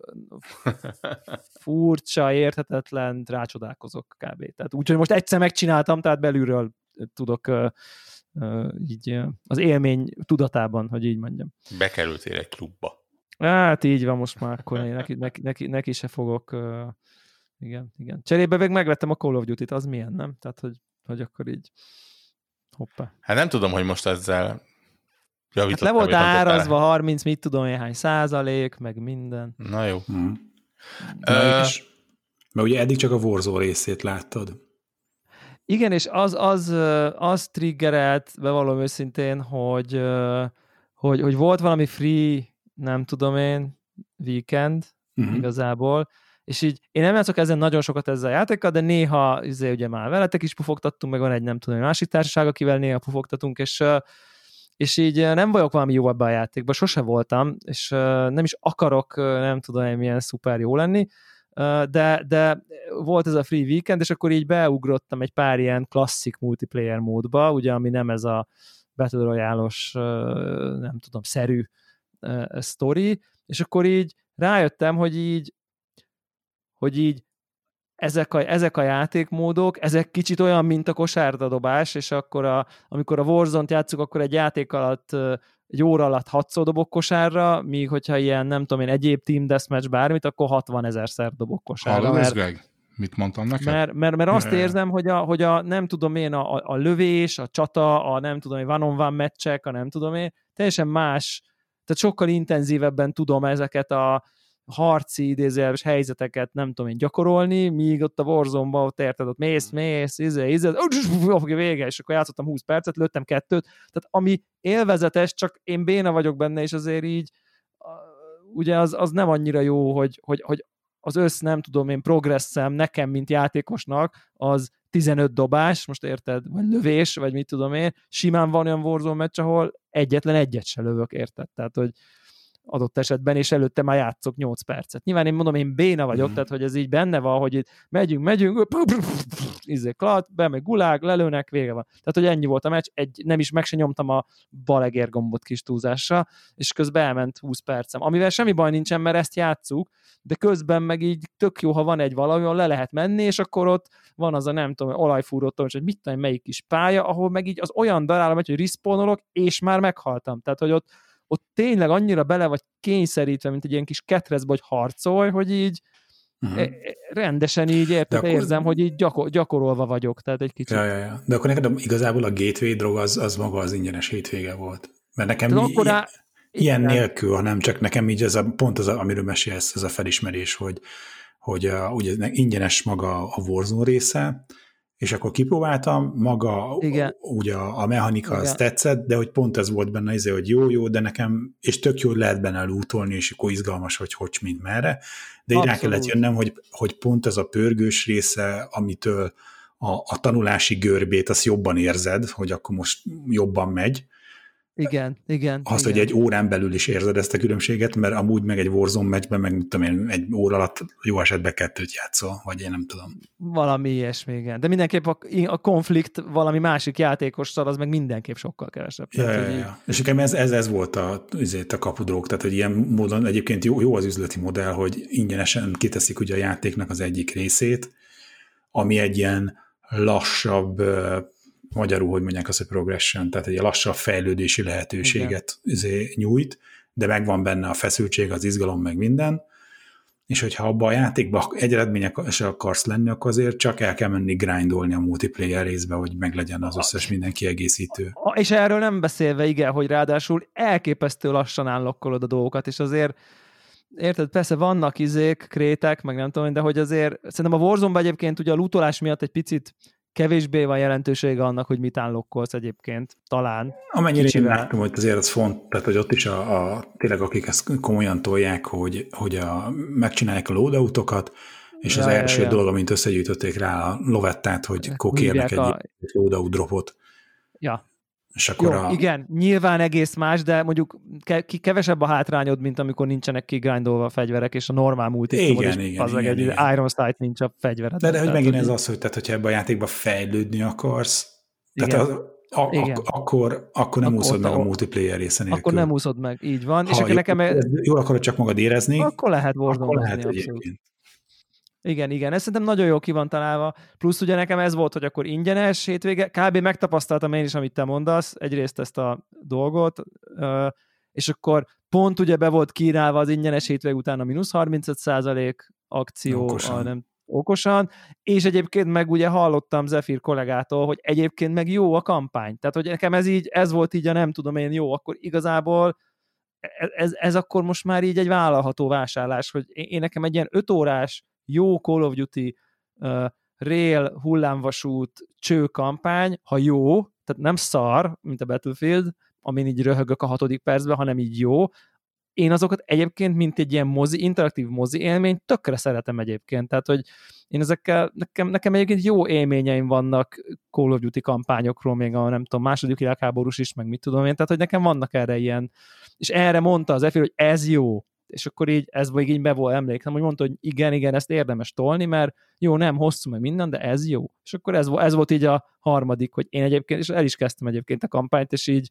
Furcsa, érthetetlen, rácsodálkozok kb. Tehát úgyhogy most egyszer megcsináltam, tehát belülről tudok uh, uh, így uh, az élmény tudatában, hogy így mondjam. Bekerültél egy klubba. Hát így van most már, akkor neki, neki, neki, neki se fogok. Uh, igen, igen. Cserébe meg megvettem a Call of Duty-t, az milyen, nem? Tehát, hogy, hogy akkor így hoppá. Hát nem tudom, hogy most ezzel hát le volt árazva harminc, mit tudom én, hány százalék, meg minden. Na jó. Hmm. Na uh, és, mert ugye eddig csak a Warzone részét láttad. Igen, és az, az, az triggerelt, bevallom őszintén, hogy, hogy, hogy volt valami free, nem tudom én, weekend uh-huh. igazából, és így én nem játszok ezen nagyon sokat ezzel a játékkal, de néha izé, ugye már veletek is pufogtattunk, meg van egy nem tudom, egy másik társaság, akivel néha pufogtatunk, és és így nem vagyok valami jó ebben a játékban, sose voltam, és nem is akarok, nem tudom én milyen szuper jó lenni, de, de volt ez a free weekend, és akkor így beugrottam egy pár ilyen klasszik multiplayer módba, ugye, ami nem ez a Battle Royale-os, nem tudom, szerű sztori, és akkor így rájöttem, hogy így, hogy így Ezek a, ezek a játékmódok, ezek kicsit olyan, mint a kosárlabdadobás, és akkor a, amikor a Warzone-t játszunk, akkor egy játék alatt, egy óra alatt hatszor dobok kosárra, míg hogyha ilyen, nem tudom én, egyéb team deathmatch bármit, akkor hatvanezerszer dobok kosárra. Hallod, mert, Greg? Mit mondtam neked? Mert, mert, mert azt érzem, hogy a, hogy a nem tudom én, a, a lövés, a csata, a nem tudom én, one-on-one meccsek, a nem tudom én, teljesen más, tehát sokkal intenzívebben tudom ezeket a harci idézőjelves helyzeteket nem tudom én gyakorolni, míg ott a Warzone-ban ott érted, ott mész, mész, izé, izé, vége, és akkor játszottam húsz percet, lőttem kettőt, tehát ami élvezetes, csak én béna vagyok benne, és azért így ugye az, az nem annyira jó, hogy, hogy, hogy az össz, nem tudom én, progresszem nekem, mint játékosnak, az tizenöt dobás, most érted, vagy lövés, vagy mit tudom én, simán van olyan Warzone meccs, ahol egyetlen egyet se lövök, érted? Tehát, hogy adott esetben, és előtte már játszok nyolc percet. Nyilván én mondom, én béna vagyok, mm. tehát hogy ez így benne van, hogy itt megyünk, megyünk, izé, klat, be, meg gulág, lelőnek, vége van. Tehát, hogy ennyi volt a meccs, egy, nem is meg se nyomtam a balegér gombot kis túlzásra, és közben elment húsz percem. Amivel semmi baj nincsen, mert ezt játsszuk, de közben meg így tök jó, ha van egy valami, ahol le lehet menni, és akkor ott van az a nem tudom, olajfúrótól, hogy mit tudom, melyik kis pálya, ahol meg így az olyan darálom, hogy respawn-olok, és már meghaltam. Tehát, hogy ott ott tényleg annyira bele vagy kényszerítve, mint egy ilyen kis ketrecbe, hogy harcolj, hogy így uh-huh. rendesen így érted, akkor... érzem, hogy így gyakor- gyakorolva vagyok, tehát egy kicsit. Ja, ja, ja. De akkor neked igazából a gateway drog az, az maga az ingyenes hétvége volt. Mert nekem i- akkor á... ilyen igen. nélkül, hanem csak nekem így ez a, pont az, a, amiről mesélsz, ez a felismerés, hogy, hogy a, ugye ingyenes maga a Warzone része, és akkor kipróbáltam, maga igen. ugye a mechanika az tetszett, de hogy pont ez volt benne, azért, hogy jó, jó, de nekem, és tök jó, hogy lehet benne lootolni, és akkor izgalmas, hogy hogy, mint merre, de így rá kellett jönnem, hogy, hogy pont ez a pörgős része, amitől a, a tanulási görbét, azt jobban érzed, hogy akkor most jobban megy. Igen, igen. Azt, igen. hogy egy órán belül is érzed ezt a különbséget, mert amúgy meg egy Warzone meccsben, meg mit tudom én, egy óra alatt jó esetben kettőt játszol, vagy én nem tudom. Valami ilyesmi, igen. De mindenképp a, a konflikt valami másik játékossal, az meg mindenképp sokkal kevesebb. Ja, tehát, ja, ja. És nekem ez, ez, ez volt a, a kapudróg, tehát hogy ilyen módon egyébként jó, jó az üzleti modell, hogy ingyenesen kiteszik ugye a játéknak az egyik részét, ami egy ilyen lassabb, magyarul, hogy mondják azt, hogy progression, tehát egy lassabb fejlődési lehetőséget izé nyújt, de megvan benne a feszültség, az izgalom, meg minden, és hogyha abban a játékban egy eredményes akarsz lenni, akkor azért csak el kell menni grindolni a multiplayer részbe, hogy meglegyen az összes minden kiegészítő. És erről nem beszélve, igen, hogy ráadásul elképesztő lassan állokkolod a dolgokat, és azért érted, persze vannak izék, krétek, meg nem tudom, de hogy azért szerintem a Warzone-ban egyébként ugye a lootolás miatt egy picit kevésbé van jelentősége annak, hogy mit unlockolsz egyébként, talán. Amennyire én látom, hogy azért az font, tehát hogy ott is a, a tényleg akik ezt komolyan tolják, hogy, hogy a, megcsinálják a loadoutokat, és ja, az első ja, ja. dolog, amint összegyűjtötték rá a lovettát, hogy akkor kérnek egy, a... egy loadout dropot. Ja. És akkor Jó, a... igen, nyilván egész más, de mondjuk kevesebb a hátrányod, mint amikor nincsenek kigrindolva a fegyverek, és a normál multitomod is igen, igen, egy igen. Iron Sight nincs a fegyvered. De, de hogy megint ez az, hogy, tehát, hogyha ebben a játékban fejlődni akarsz, tehát az, a, a, akkor, akkor nem úszod meg a multiplayer része nélkül. Akkor nem úszod meg, így van. Ha és jó, nekem e... jól akarod csak magad érezni, akkor lehet Warzone-ozni abszolút. Igen, igen, ez szerintem nagyon jó ki van találva, plusz ugye nekem ez volt, hogy akkor ingyenes hétvége, kb. Megtapasztaltam én is, amit te mondasz, egyrészt ezt a dolgot, és akkor pont ugye be volt kínálva az ingyenes hétvége után a mínusz harmincöt százalék akció, okosan. A nem okosan, és egyébként meg ugye hallottam Zephyr kollégától, hogy egyébként meg jó a kampány, tehát hogy nekem ez így, ez volt így a nem tudom én jó, akkor igazából ez, ez akkor most már így egy vállalható vásárlás, hogy én nekem egy ilyen öt órás jó Call of Duty uh, rail, hullámvasút, cső kampány, ha jó, tehát nem szar, mint a Battlefield, amin így röhögök a hatodik percben, hanem így jó. Én azokat egyébként, mint egy ilyen mozi, interaktív mozi élmény, tökre szeretem egyébként. Tehát, hogy én ezekkel, nekem, nekem egyébként jó élményeim vannak Call of Duty kampányokról, még a nem tudom, második világháborús is, meg mit tudom én, tehát, hogy nekem vannak erre ilyen, és erre mondta az Zephyr, hogy ez jó. És akkor így, ez még így be volt, emlékszem, hogy mondta, hogy igen, igen, ezt érdemes tolni, mert jó, nem hosszú meg minden, de ez jó. És akkor ez, ez volt így a harmadik, hogy én egyébként, és el is kezdtem egyébként a kampányt, és így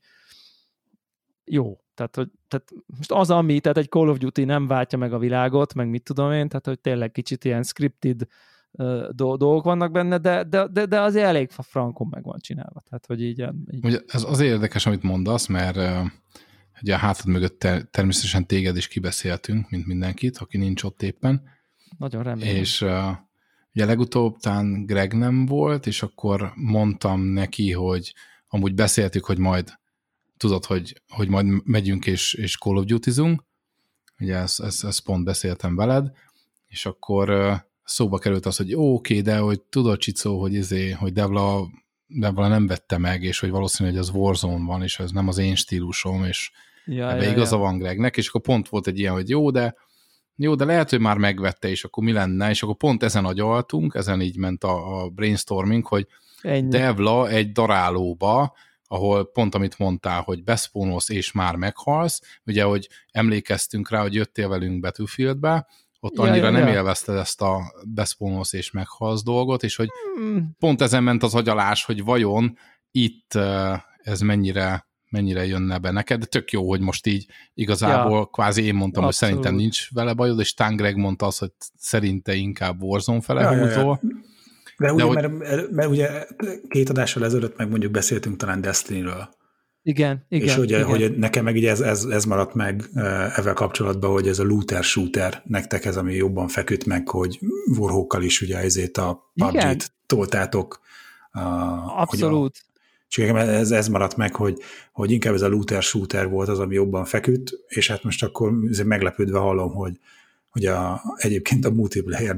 jó. Tehát, hogy, tehát most az, ami, tehát egy Call of Duty nem váltja meg a világot, meg mit tudom én, tehát, hogy tényleg kicsit ilyen scripted uh, dolgok vannak benne, de, de, de, de azért elég frankon meg van csinálva. Tehát, hogy így, így... Ugye ez azért érdekes, amit mondasz, mert uh... ugye a hátad mögött ter- természetesen téged is kibeszéltünk, mint mindenkit, aki nincs ott éppen. Nagyon remélem. És uh, ugye legutóbb talán Greg nem volt, és akkor mondtam neki, hogy amúgy beszéltük, hogy majd tudod, hogy, hogy majd megyünk és, és Call of Duty-zunk. Ugye ezt, ezt, ezt pont beszéltem veled, és akkor uh, szóba került az, hogy ó, oké, de hogy tudod, Csicó, hogy, izé, hogy Devla, Devla nem vette meg, és hogy valószínű, hogy az Warzone van, és ez nem az én stílusom, és ja, ebbe ja, igaza ja. van Gregnek, és akkor pont volt egy ilyen, hogy jó, de jó, de lehet, hogy már megvette, és akkor mi lenne, és akkor pont ezen agyaltunk, ezen így ment a, a brainstorming, hogy ennyi. Devla egy darálóba, ahol pont amit mondtál, hogy beszpónolsz és már meghalsz, ugye, hogy emlékeztünk rá, hogy jöttél velünk Battlefieldbe, ott ja, annyira ja, nem ja. élvezted ezt a beszpónolsz és meghalsz dolgot, és hogy hmm. pont ezen ment az agyalás, hogy vajon itt ez mennyire mennyire jönne be neked, de tök jó, hogy most így igazából ja. kvázi én mondtam, abszolút. Hogy szerintem nincs vele bajod, és Tán Greg mondta azt, hogy szerinte inkább Warzone fele ja, húzol. Ja, ja. De, de ugye, hogy... mert, mert ugye két adással ezelőtt meg mondjuk beszéltünk talán Destiny-ről. Igen, igen. És ugye, igen. hogy nekem meg így ez, ez, ez maradt meg ezzel kapcsolatban, hogy ez a looter-shooter, nektek ez, ami jobban feküdt meg, hogy Warhawkkal is ugye ezért a pé u bé gét toltátok. Abszolút. A, és ez, ez maradt meg, hogy, hogy inkább ez a looter-shooter volt az, ami jobban feküdt, és hát most akkor meglepődve hallom, hogy, hogy a, egyébként a multiplayer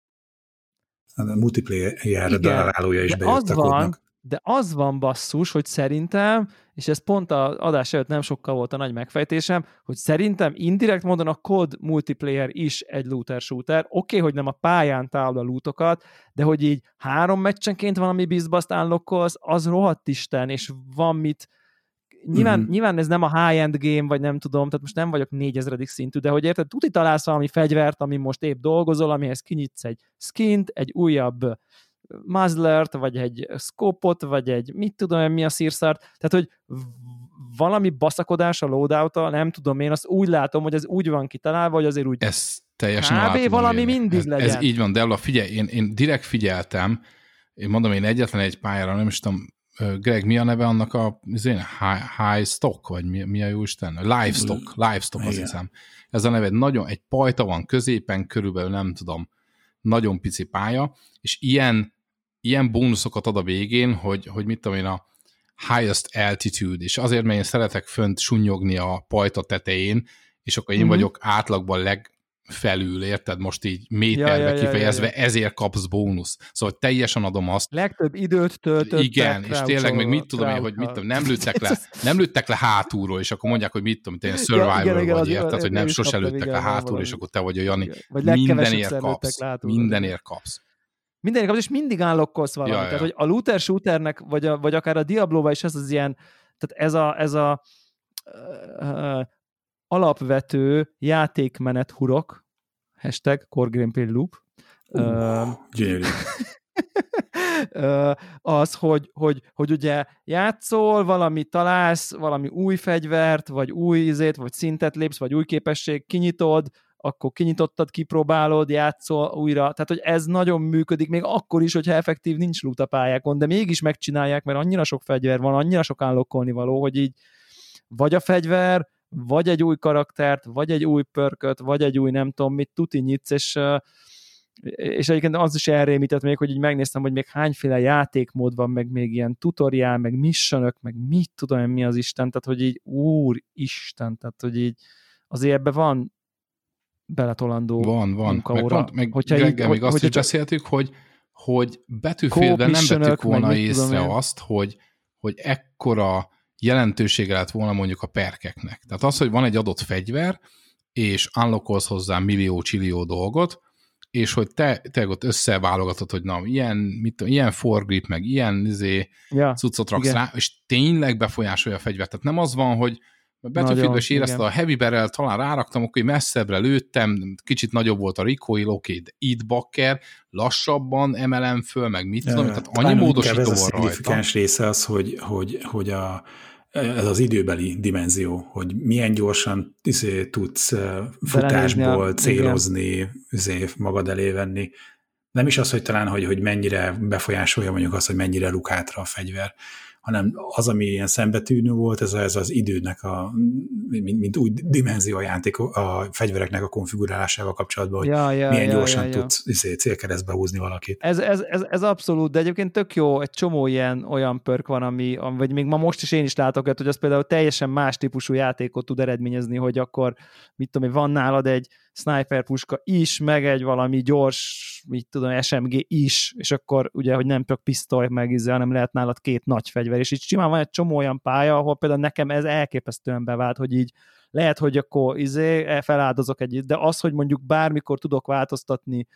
a multiplayer darálója is bejött a kodnak. De az van basszus, hogy szerintem, és ez pont az adás előtt nem sokkal volt a nagy megfejtésem, hogy szerintem indirekt módon a kod multiplayer is egy looter-shooter. Oké, okay, hogy nem a pályán talál a lootokat, de hogy így három meccsenként valami bizbaszt unlockolsz, az rohadt isten, és van mit... Nyilván, mm-hmm. nyilván ez nem a high-end game, vagy nem tudom, tehát most nem vagyok négyezredik szintű, de hogy érted, tuti találsz valami fegyvert, ami most épp dolgozol, amihez kinyitsz egy skint, egy újabb muzzlert, vagy egy scope-ot, vagy egy mit tudom, mi a szírszart, tehát, hogy valami baszakodás a loadout-tal, nem tudom, én azt úgy látom, hogy ez úgy van kitalálva, hogy azért úgy ez teljesen kb. Valami élni. Mindig ez, legyen. Ez így van, de figyelj, én, én direkt figyeltem, én mondom, én egyetlen egy pályára, nem is tudom, Greg, mi a neve annak a high, high stock, vagy mi, mi a jó Isten? Livestock, livestock azt hiszem. Ez a neve, nagyon, egy pajta van középen, körülbelül nem tudom, nagyon pici pálya, és ilyen, ilyen bónuszokat ad a végén, hogy, hogy mit tudom én, a highest altitude, és azért, mert én szeretek fönt sunnyogni a pajta tetején, és akkor én mm-hmm. vagyok átlagban leg, felül, érted? Most így méterbe ja, ja, kifejezve, ja, ja. ezért kapsz bónusz. Szóval teljesen adom azt. Legtöbb időt töltöttek. Igen, és tényleg még mit tudom én, hogy mit tudom, nem lőttek le, nem lőttek le hátulról, és akkor mondják, hogy mit tudom, tényleg survivor ja, igen, igen, vagy, érted, hogy nem sose lőttek le hátulról, és akkor te vagy a Jani. Mindenért kapsz. Mindenért kapsz. Mindenért kapsz, és mindig állokkolsz valamit. Ja, ja. Tehát, hogy a looter shooternek, vagy, a, vagy akár a Diablo-ban is ez az ilyen, tehát ez a, ez a uh, alapvető játékmenet hurok, hashtag Core Gameplay Loop. Uh, Gyönyörű. az, hogy, hogy, hogy ugye játszol, valami találsz, valami új fegyvert, vagy új izét, vagy szintet lépsz, vagy új képesség, kinyitod, akkor kinyitottad, kipróbálod, játszol újra. Tehát, hogy ez nagyon működik, még akkor is, hogyha effektív nincs loot a pályákon, de mégis megcsinálják, mert annyira sok fegyver van, annyira sok állokkolni való, hogy így vagy a fegyver, vagy egy új karaktert, vagy egy új pörköt, vagy egy új nem tudom mit, tuti nyitsz, és, és egyébként az is elrémített még, hogy így megnéztem, hogy még hányféle játékmód van, meg még ilyen tutoriál, meg missionök, meg mit tudom én, mi az Isten, tehát hogy így úristen, tehát hogy így azért ebben van beletolandó van, van. munkaóra. Meg, meg reggel még azt is beszéltük, hogy, hogy Battlefieldben nem vettük volna észre azt, hogy, hogy ekkora jelentősége lett volna mondjuk a perkeknek. Tehát az, hogy van egy adott fegyver, és unlockolsz hozzá millió-csillió dolgot, és hogy te, te ott összeválogatod, hogy na, ilyen, mit tudom, ilyen foregrip, meg ilyen izé, ja, cuccot raksz rá, és tényleg befolyásolja a fegyvert. Tehát nem az van, hogy Battlefieldben is érezted, a heavy barrel, talán ráraktam, akkor messzebbre lőttem, kicsit nagyobb volt a recoil, oké, de itt bakker, lassabban emelem föl, meg mit tudom, tehát annyi módosító van rajta. Ez a szignifikáns része az, hogy, hogy, hogy a, ez az időbeli dimenzió, hogy milyen gyorsan izé, tudsz futásból célozni, izé, magad elé venni. Nem is az, hogy talán, hogy, hogy mennyire befolyásolja mondjuk azt, hogy mennyire luk hátra a fegyver, hanem az, ami ilyen szembetűnő volt, ez, ez az időnek, a, mint, mint új dimenzió a játék, a fegyvereknek a konfigurálásával kapcsolatban, hogy ja, ja, milyen ja, gyorsan ja, ja. tudsz izé, célkeresztbe húzni valakit. Ez, ez, ez, ez abszolút, de egyébként tök jó, egy csomó ilyen olyan perk van, ami, vagy még ma most is én is látok, hogy az például teljesen más típusú játékot tud eredményezni, hogy akkor, mit tudom, van nálad egy sniper puska is, meg egy valami gyors, mit tudom, es em gé is, és akkor ugye, hogy nem csak pisztoly meg izé, hanem lehet nálad két nagy fegyver, és így simán van egy csomó olyan pálya, ahol például nekem ez elképesztően bevált, hogy így lehet, hogy akkor izé, feláldozok egy, de az, hogy mondjuk bármikor tudok változtatni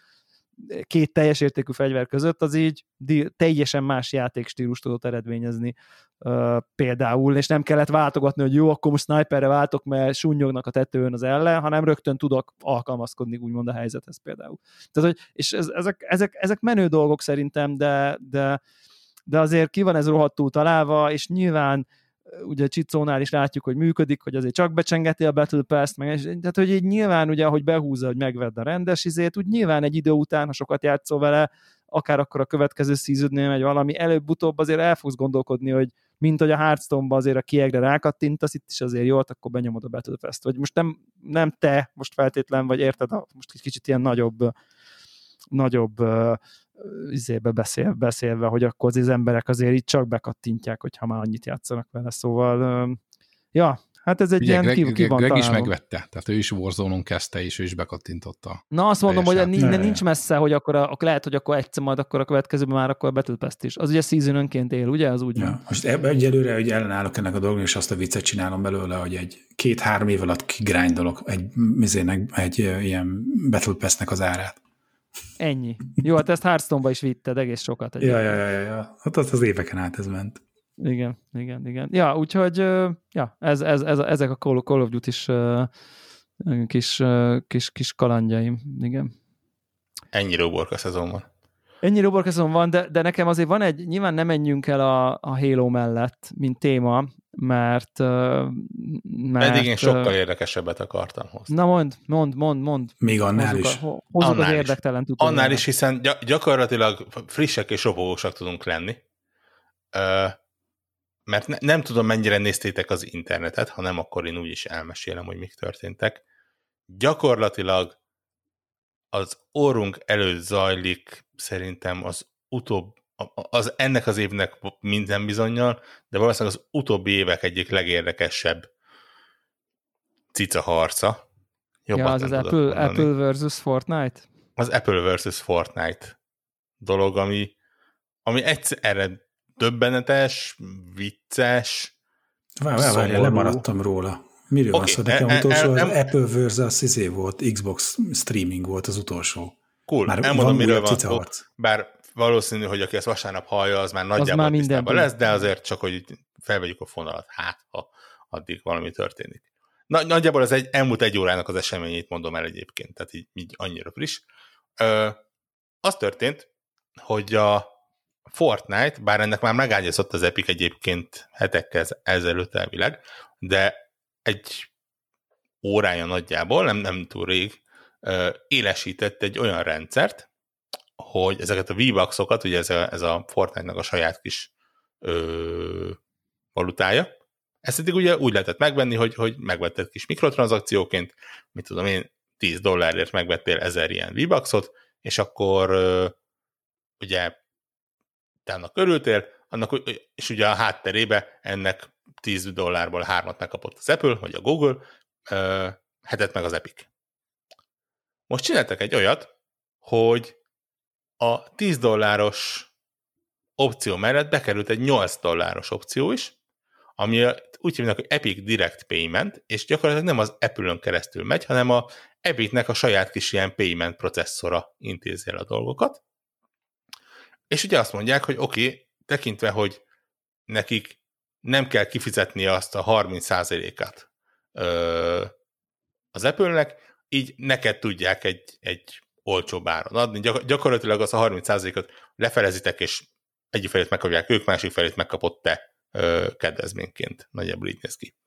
két teljes értékű fegyver között, az így teljesen más játékstílust tudott eredményezni uh, például, és nem kellett váltogatni, hogy jó, akkor most sniperre váltok, mert sunnyognak a tetőn az ellen, hanem rögtön tudok alkalmazkodni úgymond a helyzethez például. Tehát, hogy, és ez, ezek, ezek, ezek menő dolgok szerintem, de, de, de azért ki van ez rohadtul találva, és nyilván ugye a Csicónál is látjuk, hogy működik, hogy azért csak becsengeti a Battle Pass-t, meg, tehát hogy így nyilván ugye, ahogy behúzza, hogy megvedd a rendes izét, úgy nyilván egy idő után, ha sokat játszol vele, akár akkor a következő seasonnél megy valami, előbb-utóbb azért el fogsz gondolkodni, hogy mint hogy a Hearthstone-ba azért a kiegre rákattintasz, itt is azért jó, akkor benyomod a Battle Pass-t. Vagy most nem, nem te, most feltétlen, vagy érted, most egy kicsit ilyen nagyobb nagyobb izébe beszél, beszélve, hogy akkor az emberek azért így csak bekattintják, hogyha már annyit játszanak vele, szóval ja, hát ez egy ugye, ilyen Greg, ki, ki van Greg is megvette, tehát ő is Warzone-on kezdte, és ő is bekattintotta. Na azt mondom, hogy nincs, nincs messze, hogy akkor, a, akkor lehet, hogy akkor egyszer majd akkor a következőben már akkor a Battle Pass-t is. Az ugye season-önként él, ugye? Az úgy ja. van. Most ebben egyelőre, hogy ellenállok ennek a dolgnak, és azt a viccet csinálom belőle, hogy egy két-három év alatt kigrindolok egy, egy ilyen Battle Pass-nek az árát. Ennyi. Jó, hát ezt Hearthstone-ba is vitted egész sokat. Ja, ja, ja, ja, ja. Hát az az éveken át ez ment. Igen, igen, igen. Ja, úgyhogy ja, ez, ez, ez, ezek a Call of Duty-s kis, kis, kis kalandjaim, igen. Ennyi Róborka szezon van. Ennyi Róborka szezon van, de, de nekem azért van egy, nyilván nem menjünk el a, a Halo mellett, mint téma, mert... mert Pedig én sokkal érdekesebbet akartam hozni. Na mond, mond, mond, mond. Még annál is. A, hozzuk annál az érdektelen tudományos. Annál is, hiszen gyakorlatilag frissek és robogósak tudunk lenni. Mert ne, nem tudom, mennyire néztétek az internetet, ha nem, akkor én úgyis elmesélem, hogy mik történtek. Gyakorlatilag az orrunk előtt zajlik szerintem az utóbb, az ennek az évnek minden bizonnyal, de valószínűleg az utóbbi évek egyik legérdekesebb cica harca, Jobban ja, az az Apple, Apple versus Fortnite? Az Apple versus Fortnite dolog, ami, ami egyszerre döbbenetes, vicces, Várjál, várjál, lemaradtam róla. Miről okay. van szó? Nekem e, utolsó e, e, az e, Apple versus izé volt, Xbox streaming volt az utolsó. Cool, már elmondom, miről van szó, bár valószínű, hogy aki ezt vasárnap hallja, az már nagyjából az tisztában lesz, de azért csak, hogy felvegyük a fonalat, hát, ha addig valami történik. Na, nagyjából az egy, elmúlt egy órának az eseményét mondom el egyébként, tehát így, így annyira friss. Ö, az történt, hogy a Fortnite, bár ennek már megágyazott az Epic egyébként hetekkel ezelőtt elvileg, de egy órája nagyjából, nem, nem túl rég, ö, élesített egy olyan rendszert, hogy ezeket a V-Bucks-okat, ugye ez a, ez a Fortnite-nak a saját kis ö, valutája, ezt eddig ugye úgy lehetett megvenni, hogy, hogy megvetted kis mikrotranszakcióként, mit tudom én, tíz dollárért megvettél ezer ilyen V-Bucksot, és akkor ö, ugye te annak örültél, annak, és ugye a hátterébe ennek tíz dollárból hármat megkapott az Apple, vagy a Google, ö, hetet meg az Epic. Most csináltak egy olyat, hogy a tíz dolláros opció mellett bekerült egy nyolc dolláros opció is, ami úgy hívnak, hogy Epic Direct Payment, és gyakorlatilag nem az Apple-ön keresztül megy, hanem a Epicnek a saját kis ilyen payment processzora intézi el a dolgokat. És ugye azt mondják, hogy oké, okay, tekintve, hogy nekik nem kell kifizetni azt a harminc százalékát az Apple-nek, így neked tudják egy, egy olcsóbb áron adni. Gyak- gyakorlatilag az a harminc százalékot lefelezitek, és egyik felét megkapják ők, másik felét megkapott te ö, kedvezményként. Nagyjából így néz ki.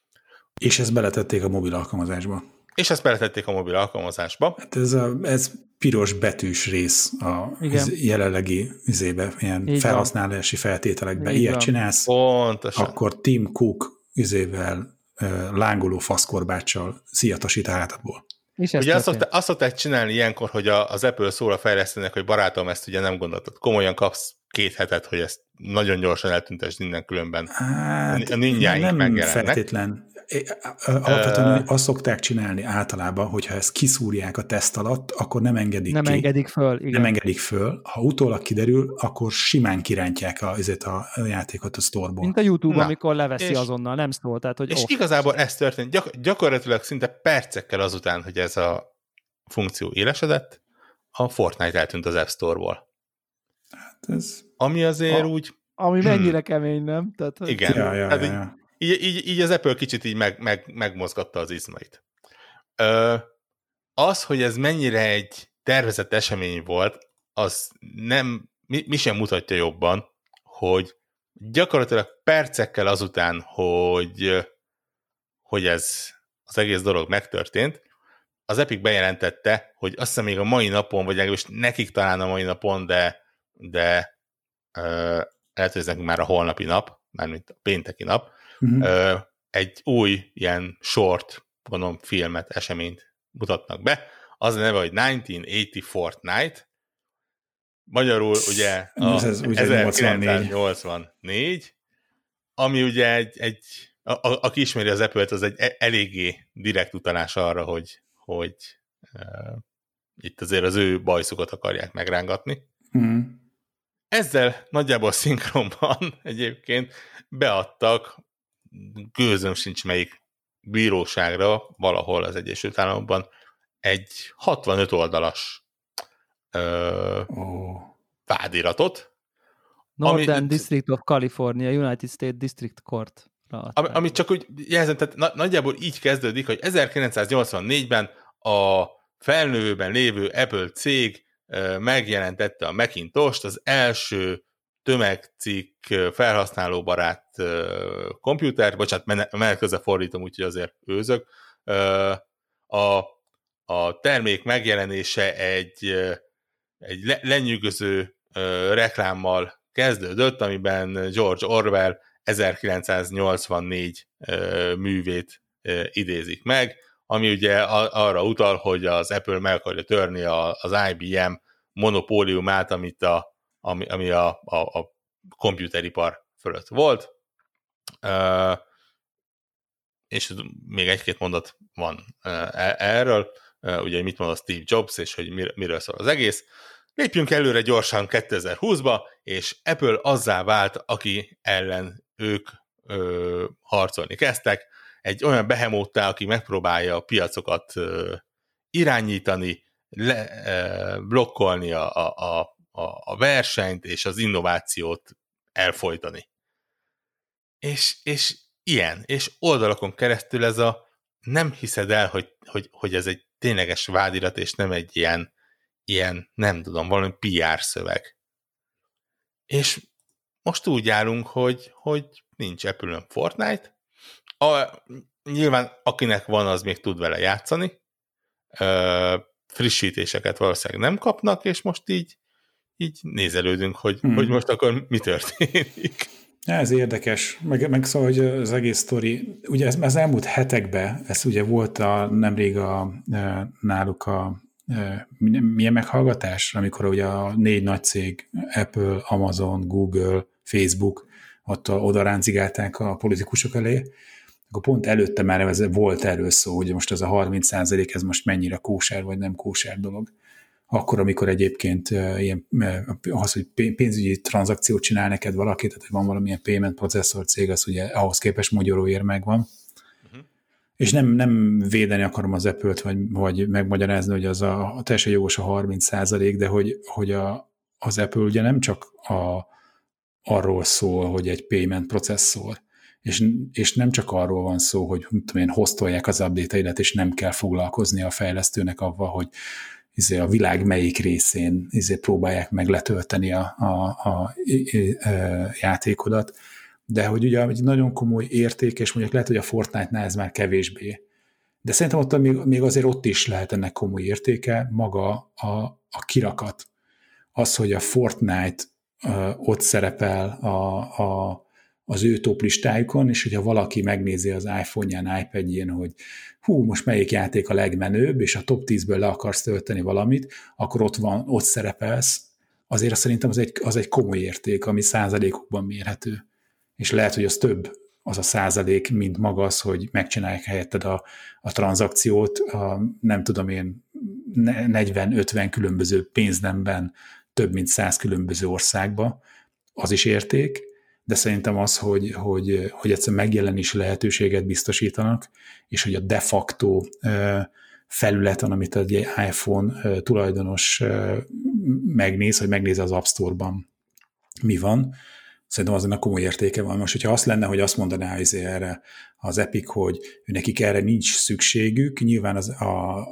És ezt beletették a mobil alkalmazásba. És ezt beletették a mobil alkalmazásba. Hát ez, a, ez piros betűs rész a jelenlegi izébe, ilyen így felhasználási van. Feltételekben. Így ilyet van. Csinálsz, pontosan. Akkor Tim Cook izével lángoló faszkorbáccsal sziatasít a hátadból. Ugye azt, szokta, azt szokták csinálni ilyenkor, hogy a, az Apple szól a fejlesztőnek, hogy barátom, ezt ugye nem gondoltad. Komolyan kapsz két hetet, hogy ezt nagyon gyorsan eltüntesd innen, különben hát, a ninjáink nem megjelennek. Feltétlen. Alapvetően uh, azt szokták csinálni általában, hogyha ezt kiszúrják a teszt alatt, akkor nem engedik nem ki. engedik föl, igen. Nem engedik föl. Ha utólag kiderül, akkor simán kirántják a, a játékot a sztorból. Mint a YouTube, na, amikor leveszi és, azonnal, nem szól. Tehát, hogy és off. Igazából ez történt. Gyak, gyakorlatilag szinte percekkel azután, hogy ez a funkció élesedett, a Fortnite eltűnt az App Store-ból. Hát ez... Ami azért a, úgy... Ami hmm. mennyire kemény, nem? Tehát, hogy... Igen. Ja, ja, Tehát ja, ja. Így, így, így az Apple kicsit így meg, meg, megmozgatta az izmait. Ö, az, hogy ez mennyire egy tervezett esemény volt, az nem, mi, mi sem mutatja jobban, hogy gyakorlatilag percekkel azután, hogy, hogy ez az egész dolog megtörtént, az Epic bejelentette, hogy azt hiszem még a mai napon, vagy legalábbis nekik talán a mai napon, de, de ö, lehet, hogy ez nekünk már a holnapi nap, mármint a pénteki nap, uh-huh. egy új ilyen short, gondolom, filmet, eseményt mutatnak be. Az a neve, hogy ezerkilencszáznyolcvan Fortnite. Magyarul ugye a ez ezerkilencszáznyolcvannégy, ami ugye egy, egy a, a, aki ismeri az Apple-t, az egy eléggé direkt utalás arra, hogy, hogy uh, itt azért az ő bajszukat akarják megrángatni. Uh-huh. Ezzel nagyjából szinkronban egyébként beadtak, gőzöm sincs melyik bíróságra, valahol az Egyesült Államokban egy hatvanöt oldalas ö, oh. vádiratot. Northern ami, District of California, United States District Court. Ami, ami csak úgy jelzem, tehát na, nagyjából így kezdődik, hogy ezerkilencszáznyolcvannégyben a felnövőben lévő Apple cég ö, megjelentette a Macintost, az első tömegcikk felhasználóbarát uh, komputer, bocsánat, menet közben fordítom, úgyhogy azért őzök. Uh, a, a termék megjelenése egy, uh, egy le, lenyűgöző uh, reklámmal kezdődött, amiben George Orwell ezerkilencszáznyolcvannégy uh, művét uh, idézik meg, ami ugye a, arra utal, hogy az Apple meg akarja törni a, az I B M monopóliumát, amit a ami, ami a, a, a komputeripar fölött volt. Uh, és még egy-két mondat van erről, ugye mit mondott Steve Jobs, és hogy mir- miről szól az egész. Lépjünk előre gyorsan kétezer-húszba, és Apple azzá vált, aki ellen ők ö, harcolni kezdtek. Egy olyan behemóttá, aki megpróbálja a piacokat ö, irányítani, le, ö, blokkolni a, a, a, a versenyt, és az innovációt elfojtani. És, és ilyen, és oldalakon keresztül ez a nem hiszed el, hogy, hogy, hogy ez egy tényleges vádirat, és nem egy ilyen, ilyen nem tudom, valami pé er szöveg. És most úgy állunk, hogy, hogy nincs Apple-ön Fortnite. A, nyilván akinek van, az még tud vele játszani. Ö, frissítéseket valószínűleg nem kapnak, és most így, így nézelődünk, hogy, hmm. hogy most akkor mi történik. Ez érdekes, meg, meg szóval, hogy az egész sztori, ugye ez, ez elmúlt hetekben, ez ugye volt a, nemrég a, náluk a milyen meghallgatás, amikor ugye a négy nagy cég, Apple, Amazon, Google, Facebook, ott oda ráncigálták a politikusok elé, akkor pont előtte már ez volt erről szó, hogy most ez a harminc százalék, ez most mennyire kóser vagy nem kóser dolog. Akkor, amikor egyébként ilyen, az, hogy pénzügyi tranzakciót csinál neked valaki, tehát hogy van valamilyen payment processzor cég, az ugye ahhoz képest magyaróért megvan. Uh-huh. És nem, nem védeni akarom az Apple-t, vagy, vagy megmagyarázni, hogy az a, a teljesen jogos a harminc százalék, de hogy, hogy a, az Apple ugye nem csak a, arról szól, hogy egy payment processzor, és, és nem csak arról van szó, hogy tudom én, hostolják az update-eidet, és nem kell foglalkozni a fejlesztőnek avval, hogy izé a világ melyik részén izé próbálják meg letölteni a, a, a, a, a játékodat, de hogy ugye egy nagyon komoly érték, és mondjuk lehet, hogy a Fortnite-nál ez már kevésbé. De szerintem ott még, még azért ott is lehet ennek komoly értéke, maga a, a kirakat. Az, hogy a Fortnite uh, ott szerepel a, a, az ő top listájukon, és hogyha valaki megnézi az iPhone-ján, iPad-jén, hogy hú, most melyik játék a legmenőbb, és a top tízből le akarsz tölteni valamit, akkor ott van, ott szerepelsz. Azért szerintem az egy, az egy komoly érték, ami százalékokban mérhető. És lehet, hogy az több az a százalék, mint maga az, hogy megcsinálják helyetted a, a tranzakciót, a, nem tudom én, negyven-ötven különböző pénznemben, több mint száz különböző országba, az is érték, de szerintem az, hogy, hogy, hogy egyszerűen megjelenési lehetőséget biztosítanak, és hogy a de facto felületen, amit egy iPhone tulajdonos megnéz, hogy megnéz az App Store-ban mi van, szerintem azon a komoly értéke van. Most, hogyha azt lenne, hogy azt mondaná az erre az Epic, hogy nekik erre nincs szükségük, nyilván az a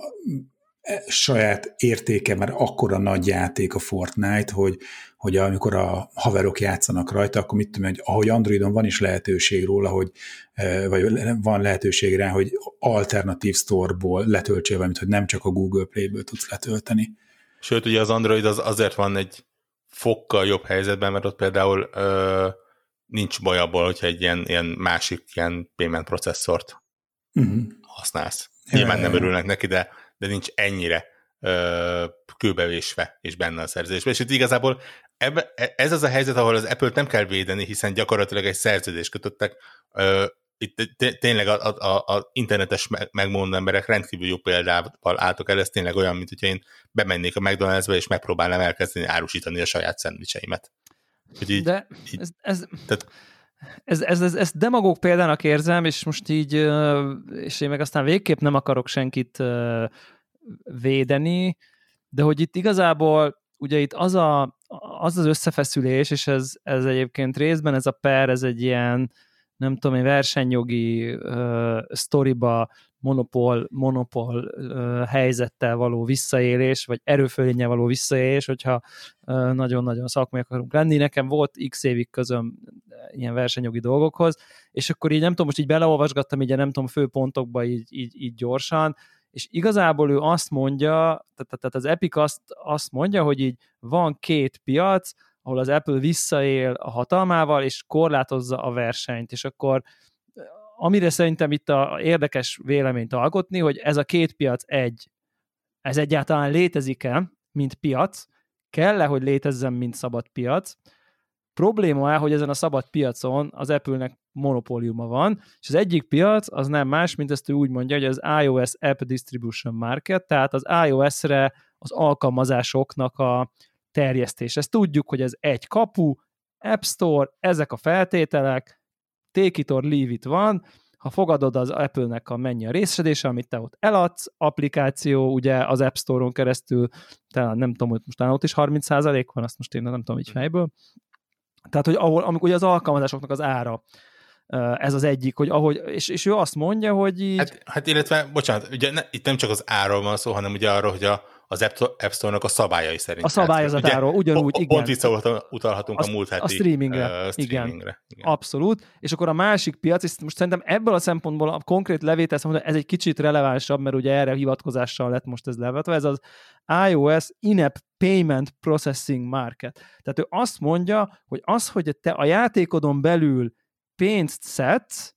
saját értéke, mert akkora nagy játék a Fortnite, hogy, hogy amikor a haverok játszanak rajta, akkor mit tudom, hogy ahogy Androidon van is lehetőség róla, hogy, vagy van lehetőség rá, hogy alternatív store-ból letöltsél valamit, hogy nem csak a Google Play-ből tudsz letölteni. Sőt, ugye az Android az azért van egy fokkal jobb helyzetben, mert ott például ö, nincs baj abból, hogyha egy ilyen, ilyen másik ilyen payment processzort uh-huh. használsz. Nyilván nem örülnek neki, de, de nincs ennyire ö, kőbevésve és benne a szerződésben. És itt igazából ebbe, ez az a helyzet, ahol az Apple-t nem kell védeni, hiszen gyakorlatilag egy szerződést kötöttek. Ö, itt tényleg az internetes megmondó emberek rendkívül jó példával álltok el, ez tényleg olyan, mint hogyha én bemennék a McDonald'sba, és megpróbálnám elkezdeni árusítani a saját szendvicseimet. Így, de így, ez, ez, tehát... ez, ez, ez, ez demagóg példának érzem, és most így, és én meg aztán végképp nem akarok senkit védeni, de hogy itt igazából ugye itt az a, az, az összefeszülés, és ez, ez egyébként részben ez a per, ez egy ilyen nem tudom én, versenyjogi uh, sztoriba monopól, monopól uh, helyzettel való visszaélés, vagy erőfölénnyel való visszaélés, hogyha uh, nagyon-nagyon szakmai akarunk lenni. Nekem volt x évig közöm ilyen versenyjogi dolgokhoz, és akkor így nem tudom, most így beleolvasgattam így nem tudom, főpontokba így, így, így gyorsan, és igazából ő azt mondja, tehát, tehát az Epic azt, azt mondja, hogy így van két piac, ahol az Apple visszaél a hatalmával, és korlátozza a versenyt, és akkor amire szerintem itt a érdekes véleményt alkotni, hogy ez a két piac egy, ez egyáltalán létezik-e, mint piac, kell-e, hogy létezzen, mint szabad piac, probléma, hogy ezen a szabad piacon az Apple-nek monopóliuma van, és az egyik piac az nem más, mint ezt ő úgy mondja, hogy az iOS App Distribution Market, tehát az iOS-re az alkalmazásoknak a terjesztés. Ezt tudjuk, hogy ez egy kapu, App Store, ezek a feltételek, take it or leave it van, ha fogadod az Apple-nek a mennyi a részesedése, amit te ott eladsz, applikáció ugye az App Store-on keresztül, talán nem tudom, hogy most ott is harminc százalék van, azt most én nem tudom így fejből. Tehát, hogy ahol, amikor ugye az alkalmazásoknak az ára, ez az egyik, hogy ahogy, és, és ő azt mondja, hogy így... Hát, hát illetve, bocsánat, ugye ne, itt nem csak az áról van szó, hanem ugye arról, hogy a, az App, App Store-nak a szabályai szerint. A szabályozatáról, ugyanúgy, igen. Pont visszautalhatunk a, a múlt heti a streamingre. Uh, streamingre. Igen. Igen. Abszolút. És akkor a másik piac, és most szerintem ebből a szempontból a konkrét levétel szempontból ez egy kicsit relevánsabb, mert ugye erre hivatkozással lett most ez levetve, ez az iOS In-App Payment Processing Market. Tehát ő azt mondja, hogy az, hogy te a játékodon belül pénzt szedsz,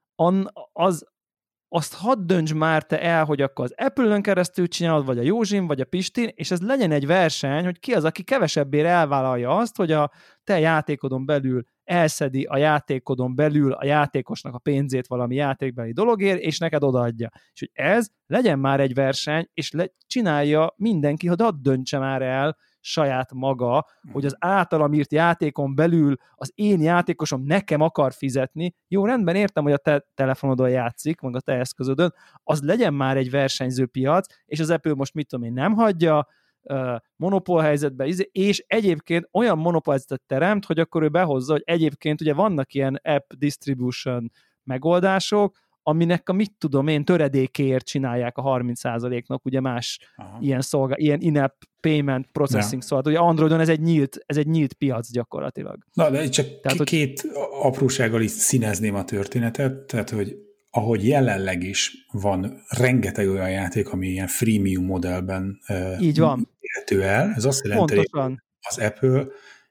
az, azt hadd dönts már te el, hogy akkor az Apple-ön keresztül csinálod, vagy a Józsin, vagy a Pistin, és ez legyen egy verseny, hogy ki az, aki kevesebbére elvállalja azt, hogy a te játékodon belül elszedi a játékodon belül a játékosnak a pénzét valami játékbeli dologért, és neked odaadja. És hogy ez legyen már egy verseny, és le, csinálja mindenki, hogy hadd döntse már el saját maga, hogy az általam írt játékon belül az én játékosom nekem akar fizetni, jó, rendben értem, hogy a te telefonodon játszik, meg a te eszközödön, az legyen már egy versenyző piac, és az Apple most mit tudom én nem hagyja, uh, monopól helyzetbe, és egyébként olyan monopól helyzetet teremt, hogy akkor ő behozza, hogy egyébként ugye vannak ilyen app distribution megoldások, aminek a mit tudom én töredékéért csinálják a harminc százaléknak ugye más Aha. ilyen szolga, ilyen in-app payment processing ja. szóval. Ugye Androidon ez egy nyílt, ez egy nyílt piac gyakorlatilag. Na, de csak tehát, k- két hogy... aprósággal is színezném a történetet, tehát, hogy ahogy jelenleg is van rengeteg olyan játék, ami ilyen freemium modellben így van. érhető el, ez azt jelenti, hogy az Apple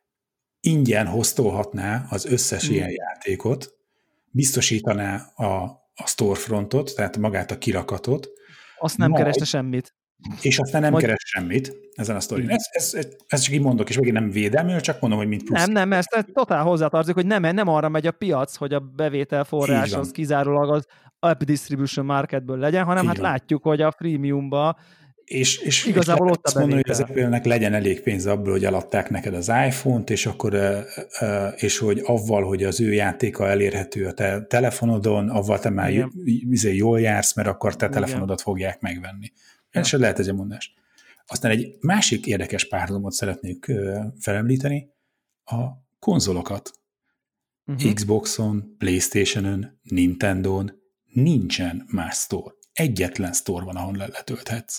ingyen hoztolhatná az összes hmm. ilyen játékot, biztosítaná a a storefrontot, tehát magát a kirakatot. Azt nem majd, kereste semmit. És aztán nem majd... keres semmit ezen a sztorin. Ez, ez, ez, ez csak így mondok, és megint nem védelmű, csak mondom, hogy mint plusz. Nem, nem, ezt totál hozzátartozik, hogy nem, nem arra megy a piac, hogy a bevételforrás az kizárólag az app distribution marketből legyen, hanem így hát van. Látjuk, hogy a freemiumba És, és igazából ott azt mondani, hogy az Apple-nek legyen elég pénz abból, hogy eladták neked az iPhone-t, és akkor és hogy avval, hogy az ő játéka elérhető a te telefonodon, avval te már j- jól jársz, mert akkor te telefonodat fogják megvenni. Ez se lehet ez a mondás. Aztán egy másik érdekes párhuzamot szeretnék felemlíteni, a konzolokat. Uh-huh. Xboxon, PlayStation-ön, Nintendon nincsen más store. Egyetlen store van, ahol letölthetsz.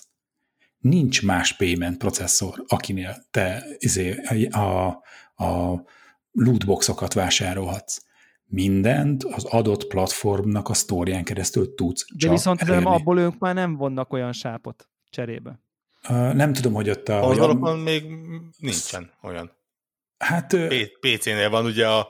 Nincs más payment processzor, akinél te izé, a, a lootboxokat vásárolhatsz. Mindent az adott platformnak a sztórián keresztül tudsz. De viszont nem, abból ők már nem vonnak olyan sápot cserébe. Uh, nem tudom, hogy ott a... Konzolokon még nincsen olyan. Hát... pé cénél van ugye a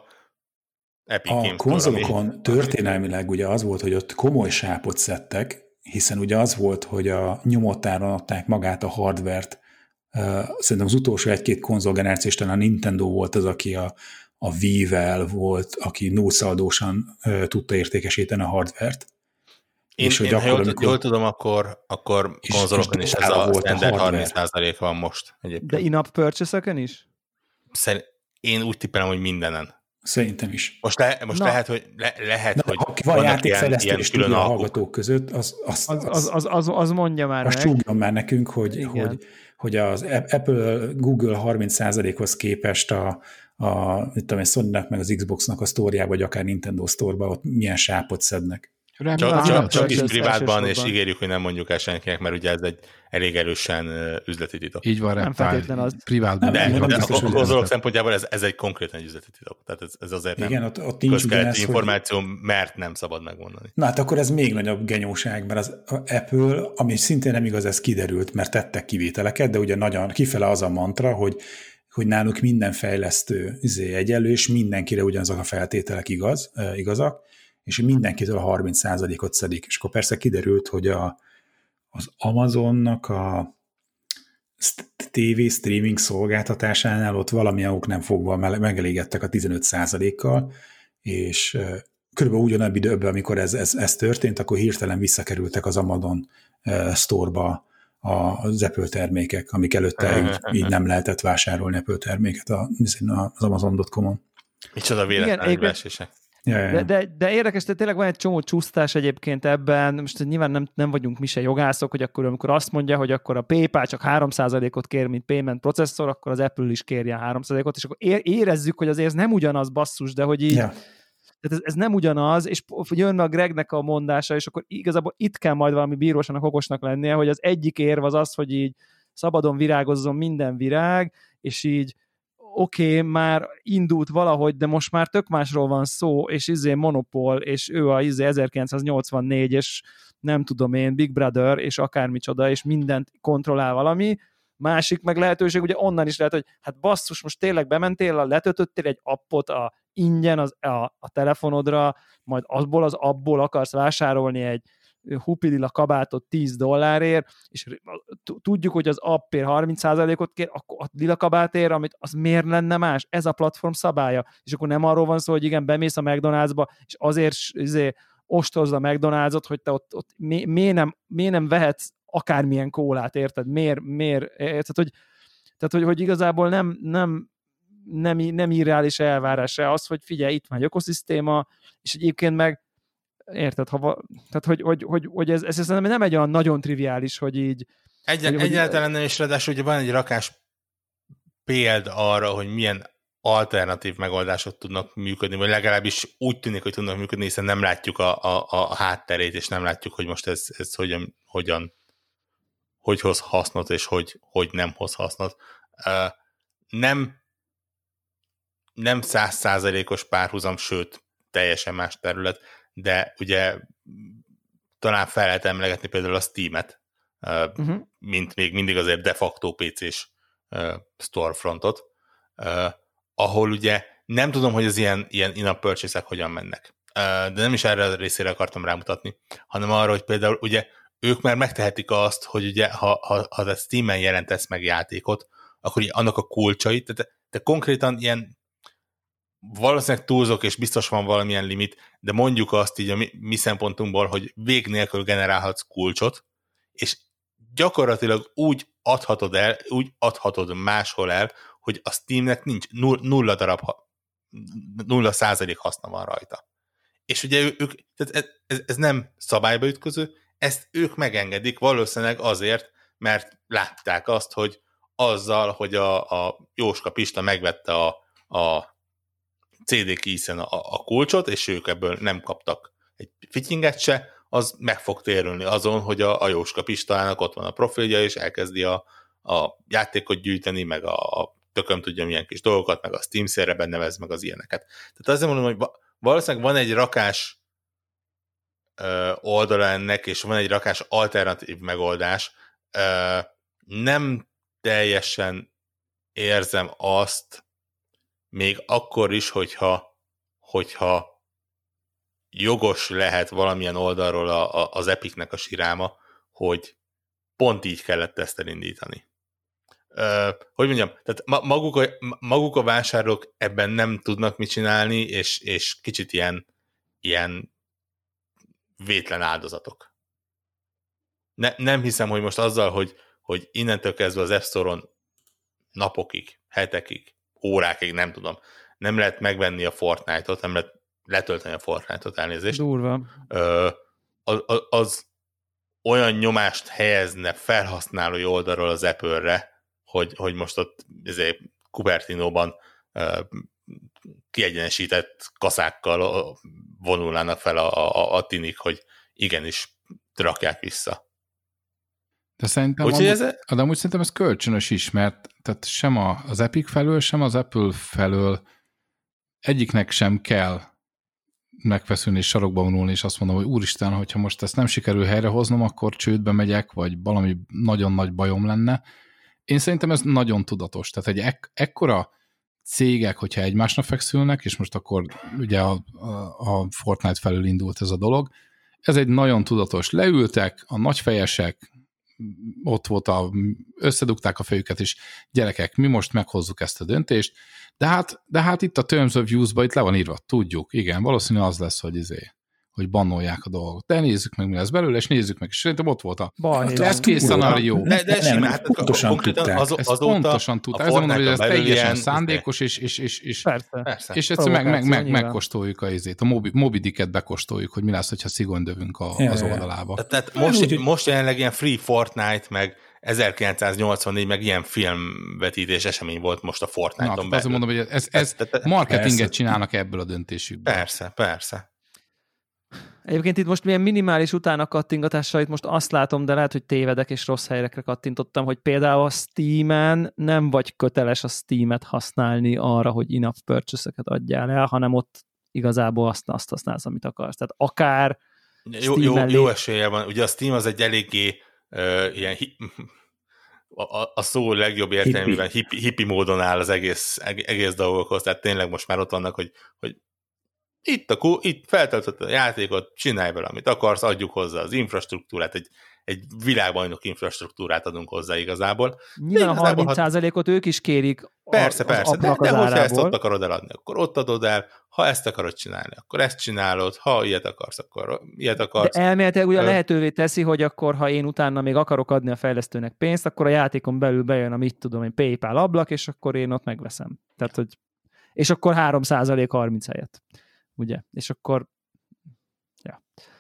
Epic A Games konzolokon ami... történelmileg ugye az volt, hogy ott komoly sápot szedtek, hiszen ugye az volt, hogy a nyomottáron adták magát a hardvert. Uh, szerintem az utolsó egy-két konzolgeneráció, és talán a Nintendo volt az, aki a, a Wii-vel volt, aki nullszaldósan uh, tudta értékesíteni a hardvert. Én, és, én hogy ha jól, amikor... jól tudom, akkor, akkor konzolokon is ez a standard harminc százalék van most. Egyébként. De in-app purchase-eken is? Szerint, én úgy tippelem, hogy mindenen. Szerintem is. Most, le, most lehet, hogy, le, lehet, Na, hogy ha van játékfejlesztés külön a hallgatók között, az, az, az, az, az, az, az mondja már az meg. Csúgjon már nekünk, hogy, hogy, hogy az Apple, Google harminc százalékhoz képest a, a, mit tudom, a Sony-nak meg az Xbox-nak a sztóriába, vagy akár Nintendo Store-ba ott milyen sápot szednek. Csak, csak, csak, csak is privátban, és ígérjük, hogy nem mondjuk el senkinek, mert ugye ez egy elég erősen üzleti titok. Így van, reptár, az... privátban. De, de, de a konzolok szempontjából ez, ez egy konkrétan egy üzleti titok. Tehát ez, ez azért igen, nem ott, ott nincs közkeleti információ, hogy... mert nem szabad megmondani. Na hát akkor ez még nagyobb genyóság, mert az Apple, ami szintén nem igaz, ez kiderült, mert tettek kivételeket, de ugye nagyon kifele az a mantra, hogy hogy náluk minden fejlesztő izé egyenlő, és mindenkire ugyanazok a feltételek igaz, igazak, és mindenkitől a harminc százalékot szedik. És akkor persze kiderült, hogy a, az Amazonnak a té vé streaming szolgáltatásánál ott valamilyen ok nem fogva megelégedtek a tizenöt százalékkal, és körülbelül ugyanabban időben, amikor ez, ez, ez történt, akkor hirtelen visszakerültek az Amazon Store-ba az Apple termékek, amik előtte így, így nem lehetett vásárolni Apple terméket az amazon pont com-on. Micsoda véletlen esések. Ja, ja. De, de, de érdekes, de tényleg van egy csomó csúsztás egyébként ebben, most nyilván nem, nem vagyunk mi se jogászok, hogy akkor amikor azt mondja, hogy akkor a PayPal csak három százalékot kér, mint payment processzor, akkor az Apple is kérjen három százalékot, és akkor érezzük, hogy azért ez nem ugyanaz basszus, de hogy így, ja. Tehát ez, ez nem ugyanaz, és jön a Gregnek a mondása, és akkor igazából itt kell majd valami bírósának okosnak lennie, hogy az egyik érv az az, hogy így szabadon virágozzon minden virág, és így oké, okay, már indult valahogy, de most már tök másról van szó, és izé Monopol, és ő a izé ezerkilencszáznyolcvannégy, és nem tudom én, Big Brother, és akármicsoda, és mindent kontrollál valami. Másik meg lehetőség, ugye onnan is lehet, hogy hát basszus, most tényleg bementél, letöltöttél egy appot a ingyen az, a, a telefonodra, majd azból az appból akarsz vásárolni egy hupidilla kabátot tíz dollárért, és tudjuk, hogy az appért harminc százalékot kér, akkor a lila kabátért, amit az miért lenne más? Ez a platform szabálya. És akkor nem arról van szó, hogy igen, bemész a McDonald'sba, és azért, azért ostozd a McDonald'sot, hogy te ott, ott mi, miért, nem, miért nem vehetsz akármilyen kólát, érted? Miért, miért érted, hogy, tehát, hogy, hogy igazából nem, nem, nem, nem irreális elvárás az, hogy figyelj, itt van egy ökoszisztéma, és egyébként meg érted, ha, tehát hogy, hogy, hogy, hogy ez, ez nem egy olyan nagyon triviális, hogy így... Egy, hogy, egyáltalán nem is, ráadásul ugye van egy rakás példa arra, hogy milyen alternatív megoldások tudnak működni, vagy legalábbis úgy tűnik, hogy tudnak működni, hiszen nem látjuk a, a, a hátterét, és nem látjuk, hogy most ez, ez hogyan, hogyan hogy hoz hasznot, és hogy, hogy nem hoz hasznot. Uh, nem nem száz százalékos párhuzam, sőt, teljesen más terület, de ugye talán fel lehet emlegetni például a Steam-et, uh, uh-huh. mint még mindig azért de facto pé cés uh, storefrontot, uh, ahol ugye nem tudom, hogy az ilyen, ilyen in-app purchase-ek hogyan mennek. Uh, de nem is erre a részére akartam rámutatni, hanem arra, hogy például ugye ők már megtehetik azt, hogy ugye ha, ha, ha a Steam-en jelentesz meg játékot, akkor ugye annak a kulcsait, tehát te konkrétan ilyen valószínűleg túlzok, és biztos van valamilyen limit, de mondjuk azt így a mi, mi szempontunkból, hogy vég nélkül generálhatsz kulcsot, és gyakorlatilag úgy adhatod el, úgy adhatod máshol el, hogy a Steamnek nincs nulla darab, nulla százalék haszna van rajta. És ugye ők, tehát ez, ez nem szabályba ütköző, ezt ők megengedik valószínűleg azért, mert látták azt, hogy azzal, hogy a, a Jóska Pista megvette a, a cé dé Keys-en a, a kulcsot, és ők ebből nem kaptak egy fityinget se, az meg fog térülni azon, hogy a, a Jóska Pistának ott van a profilja, és elkezdi a, a játékot gyűjteni, meg a, a tököm tudja milyen kis dolgokat, meg a Steam szélre bennevez, meg az ilyeneket. Tehát azért mondom, hogy valószínűleg van egy rakás ö, oldala ennek, és van egy rakás alternatív megoldás. Ö, nem teljesen érzem azt, még akkor is, hogyha, hogyha jogos lehet valamilyen oldalról a, a, az Epicnek a siráma, hogy pont így kellett ezt elindítani. Uh, hogy mondjam, tehát maguk a, maguk a vásárlók ebben nem tudnak mit csinálni, és, és kicsit ilyen, ilyen vétlen áldozatok. Ne, nem hiszem, hogy most azzal, hogy, hogy innentől kezdve az App Store-on napokig, hetekig, órákig, nem tudom, nem lehet megvenni a Fortnite-ot, nem lehet letölteni a Fortnite-ot, elnézést. Durva. Uh, az, az olyan nyomást helyezne felhasználói oldalról az Apple-re, hogy, hogy most ott ezért Cupertino-ban uh, kiegyenesített kaszákkal vonulnának fel a, a, a tinik, hogy igenis rakják vissza. De szerintem, amúgy, ez... de amúgy szerintem ez kölcsönös is, mert tehát sem az Epic felől, sem az Apple felől egyiknek sem kell megfeszülni és sarokba vonulni, és azt mondom, hogy úristen, hogyha most ezt nem sikerül helyrehoznom, akkor csődbe megyek, vagy valami nagyon nagy bajom lenne. Én szerintem ez nagyon tudatos. Tehát egy ek- ekkora cégek, hogyha egymásnak feszülnek, és most akkor ugye a, a, a Fortnite felől indult ez a dolog, ez egy nagyon tudatos. Leültek a nagyfejesek, ott volt a, összedugták a fejüket, és gyerekek, mi most meghozzuk ezt a döntést, de hát, de hát itt a Terms of Use-ba itt le van írva, tudjuk, igen, valószínűleg az lesz, hogy izé, hogy bannolják a dolgot. De nézzük meg, mi lesz belőle, és nézzük meg, és szerintem ott volt a best-case scenario. De, de nem, simán, pontosan tudták. Az, ezt pontosan tudták. Ezzel mondom, hogy ez teljesen ilyen, szándékos, és, és, és, és, persze. persze. és egyszerűen meg, meg, meg, megkóstoljuk a izét, a Moby, Moby Dicket bekóstoljuk, hogy mi lesz, hogyha szigondövünk a, az oldalába. Tehát, tehát most, most jelenleg ilyen Free Fortnite, meg ezerkilencszáznyolcvannégy, meg ilyen filmvetítés esemény volt most a Fortnite-on belül. Azért mondom, hogy ez, ez marketinget csinálnak ebből a döntésükből. Persze, persze. Egyébként itt most milyen minimális utána kattingatással, itt most azt látom, de lehet, hogy tévedek és rossz helyekre kattintottam, hogy például a Steamen nem vagy köteles a Steamet használni arra, hogy in-app purchase-eket adjál el, hanem ott igazából azt, azt használsz, amit akarsz. Tehát akár jó, jó, jó esélye van. Ugye a Steam az egy eléggé uh, ilyen hi- a, a szó legjobb értelmében hippi, hippi módon áll az egész, egész dolgokhoz, tehát tényleg most már ott vannak, hogy, hogy Itt, a, itt feltöltött a játékot, csinálj vele, amit akarsz, adjuk hozzá az infrastruktúrát, egy, egy világbajnok infrastruktúrát adunk hozzá igazából. Nyilván a harminc százalékot ők is kérik. Persze, az persze, de, de hogyha ezt ott akarod eladni, akkor ott adod el, ha ezt akarod csinálni, akkor ezt csinálod, ha ilyet akarsz, akkor ilyet akarsz. De elméletileg ugye lehetővé teszi, hogy akkor, ha én utána még akarok adni a fejlesztőnek pénzt, akkor a játékon belül bejön a mit tudom én, PayPal ablak, és akkor én ott megveszem. Tehát, hogy, és akkor három százalék harminc helyett. Ugye? És akkor ja.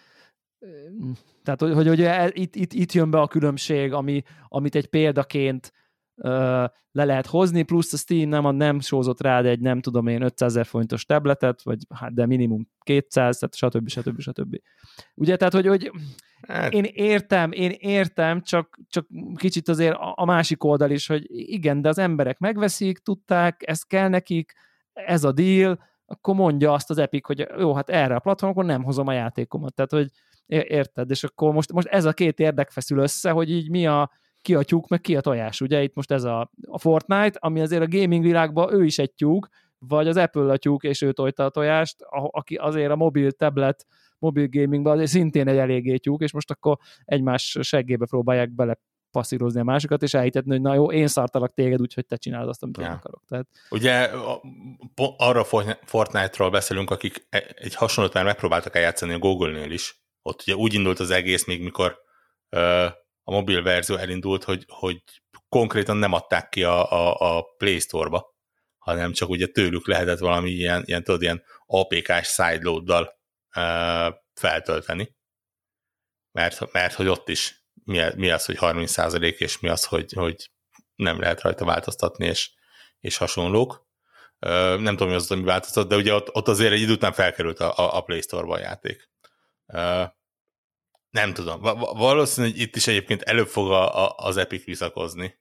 Tehát, hogy, hogy ugye itt, itt, itt jön be a különbség, ami, amit egy példaként uh, le lehet hozni, plusz a Steam nem, nem sózott rád egy nem tudom én ötszázezer forintos tabletet, vagy hát de minimum kétszáz, tehát stb. stb. stb. Ugye, tehát, hogy, hogy hát. én értem, én értem, csak, csak kicsit azért a, a másik oldal is, hogy igen, de az emberek megveszik, tudták, ez kell nekik, ez a deal, akkor mondja azt az Epic, hogy jó, hát erre a platformon nem hozom a játékomat. Tehát, hogy érted? És akkor most, most ez a két érdek feszül össze, hogy így mi a, ki a tyúk, meg ki a tojás. Ugye itt most ez a, a Fortnite, ami azért a gaming világban ő is egy tyúk, vagy az Apple a tyúk, és ő tojta a tojást, a, aki azért a mobil tablet, mobil gamingban azért szintén egy eléggé tyúk, és most akkor egymás seggébe próbálják bele passzírozni a másikat, és elhitetni, hogy na jó, én szartalak téged, úgyhogy te csinálod azt, amit ja. én akarok. Tehát... Ugye arra Fortnite-ról beszélünk, akik egy hasonlót már megpróbáltak eljátszani a Google-nél is. Ott ugye úgy indult az egész, még mikor uh, a mobil verzió elindult, hogy, hogy konkrétan nem adták ki a, a, a Play Store-ba, hanem csak ugye tőlük lehetett valami ilyen, ilyen, tudod, ilyen á pé ká-s sideload-dal uh, feltölteni. Mert, mert hogy ott is mi, mi az, hogy harminc százalék, és mi az, hogy, hogy nem lehet rajta változtatni, és, és hasonlók. Uh, nem tudom, mi az, ami változtat, de ugye ott, ott azért egy idő után felkerült a, a Play Store-ba a játék. Uh, nem tudom. Valószínű, hogy itt is egyébként előbb fog a, a, az Epic visszakozni.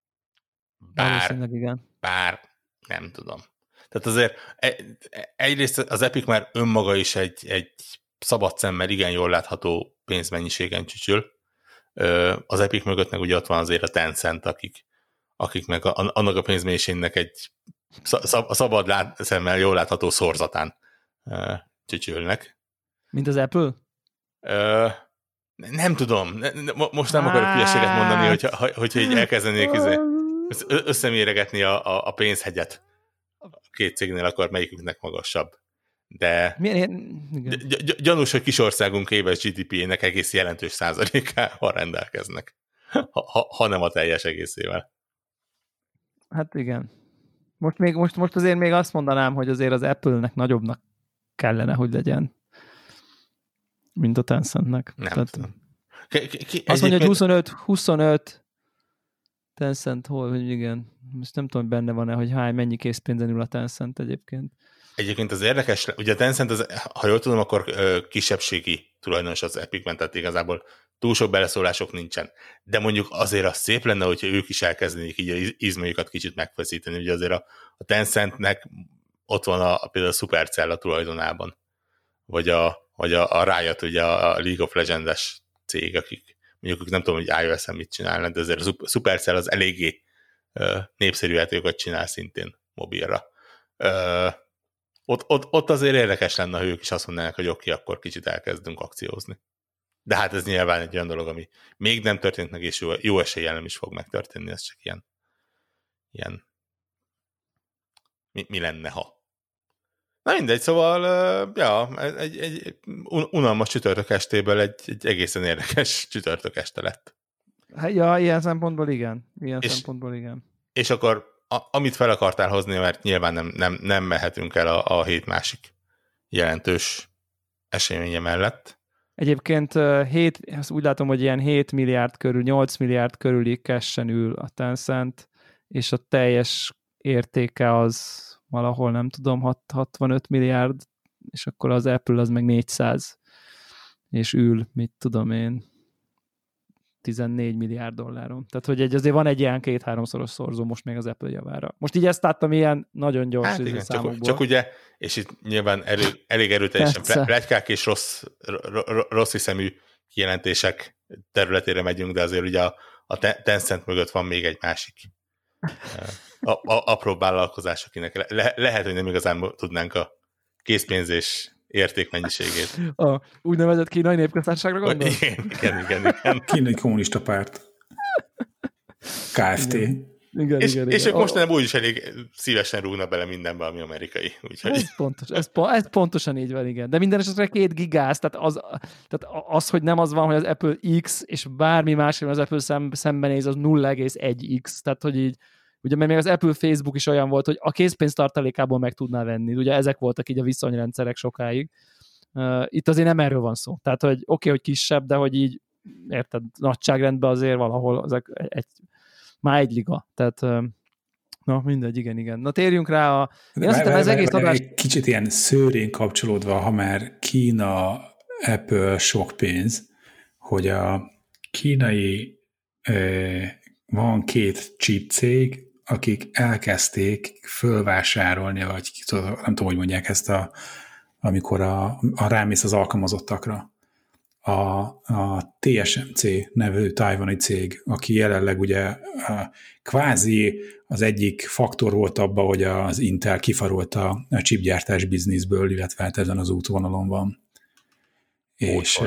Bár, igen. bár nem tudom. Tehát azért egyrészt az Epic már önmaga is egy, egy szabad szemmel igen jól látható pénzmennyiségen csücsül. Az Epic mögött meg ugye ott van azért a Tencent, akik, akik meg a, annak a pénzmennyiségnek egy szabad lát, szemmel jól látható szorzatán csücsülnek. Mint az Apple? Ö, nem tudom. Most nem akarok hülyeséget mondani, hogyha, hogyha így elkezdenék összeméregetni a, a, a pénzhegyet a két cégnél, akkor melyikünknek magasabb. De gy- gyanús, hogy kisországunk éves gé dé pé-nek egész jelentős százalékával rendelkeznek, ha, ha, ha nem a teljes egészével. Hát igen. Most, még, most, most azért még azt mondanám, hogy azért az Apple-nek nagyobbnak kellene, hogy legyen, mint a Tencentnek. Nem Tehát tudom. Ki, ki, ki, azt mondja, hogy huszonöt, huszonöt Tencent, hol, hogy igen. Most nem tudom, hogy benne van-e, hogy hány, mennyi készpénzen ül a Tencent egyébként. Egyébként az érdekes, ugye a Tencent, az, ha jól tudom, akkor ö, kisebbségi tulajdonos az Epicben, tehát igazából túl sok beleszólások nincsen. De mondjuk azért az szép lenne, hogyha ők is elkezdenék így az izmaikat kicsit megfeszíteni. Ugye azért a, a Tencentnek ott van a, a például a Supercell a tulajdonában. Vagy a, vagy a, a Riot, ugye a League of Legends-es cég, akik mondjuk nem tudom, hogy iOS-en mit csinálnak, de azért a Supercell az eléggé uh, népszerű játékokat csinál szintén mobilra. Uh, ott, ott, ott azért érdekes lenne, ha ők is azt mondanak, hogy oké, akkor kicsit elkezdünk akciózni. De hát ez nyilván egy olyan dolog, ami még nem történt meg, és jó, jó eséllyel nem is fog megtörténni, ez csak ilyen, ilyen mi, mi lenne, ha. Na mindegy, szóval, ja, egy, egy unalmas csütörtök estéből egy, egy egészen érdekes csütörtök este lett. Ja, ilyen szempontból igen. Ilyen és, szempontból igen. És akkor, a, amit fel akartál hozni, mert nyilván nem, nem, nem mehetünk el a, a hét másik jelentős eseménye mellett. Egyébként hét, úgy látom, hogy ilyen hét milliárd körül, nyolc milliárd körüli cash-en ül a Tencent, és a teljes értéke az valahol, nem tudom, hatvanöt milliárd, és akkor az Apple az meg négyszáz, és ül, mit tudom én, tizennégy milliárd dolláron. Tehát, hogy egy, azért van egy ilyen két-háromszoros szorzó most még az Apple javára. Most így ezt láttam ilyen nagyon gyors hát igen, számokból. Csak, csak ugye, és itt nyilván elég, elég erőteljesen pletykák és rossz, rossz hiszemű kijelentések területére megyünk, de azért ugye a, a Tencent mögött van még egy másik a, a, apró vállalkozás, akinek le, lehet, hogy nem igazán tudnánk a készpénz és értékmennyiségét. A úgynevezett kínai népköztársaságra gondol? Igen, igen, igen. igen. Kínai kommunista párt. Kft. Igen, igen, és, igen, és igen. ők most nem úgyis elég szívesen rúgna bele mindenbe, ami amerikai. Úgyhogy... Ez, pontos, ez, ez pontosan így van, igen. De minden esetre két gigáz, tehát az, tehát az, hogy nem az van, hogy az Apple X, és bármi más, az Apple szem, szembenéz, az nulla egész egy x, tehát hogy így, ugye mert még az Apple Facebook is olyan volt, hogy a készpénz tartalékából meg tudná venni. Ugye ezek voltak így a viszonyrendszerek sokáig. Uh, itt azért nem erről van szó. Tehát, hogy oké, okay, hogy kisebb, de hogy így, érted, nagyságrendben azért valahol ezek egy, már egy liga. Tehát, uh, na mindegy, igen, igen. Na térjünk rá a... Én azt hiszem, ez egész adás... Egy kicsit ilyen szőrén kapcsolódva, ha már Kína, Apple sok pénz, hogy a kínai eh, van két chip cég, akik elkezdték fölvásárolni, vagy nem tudom, hogy mondják ezt, a, amikor a, a rámész az alkalmazottakra. A, a té es em cé nevű tajvani cég, aki jelenleg ugye a, kvázi az egyik faktor volt abban, hogy az Intel kifarolta a chipgyártás bizniszből, illetve hát ezen az útvonalon van. És,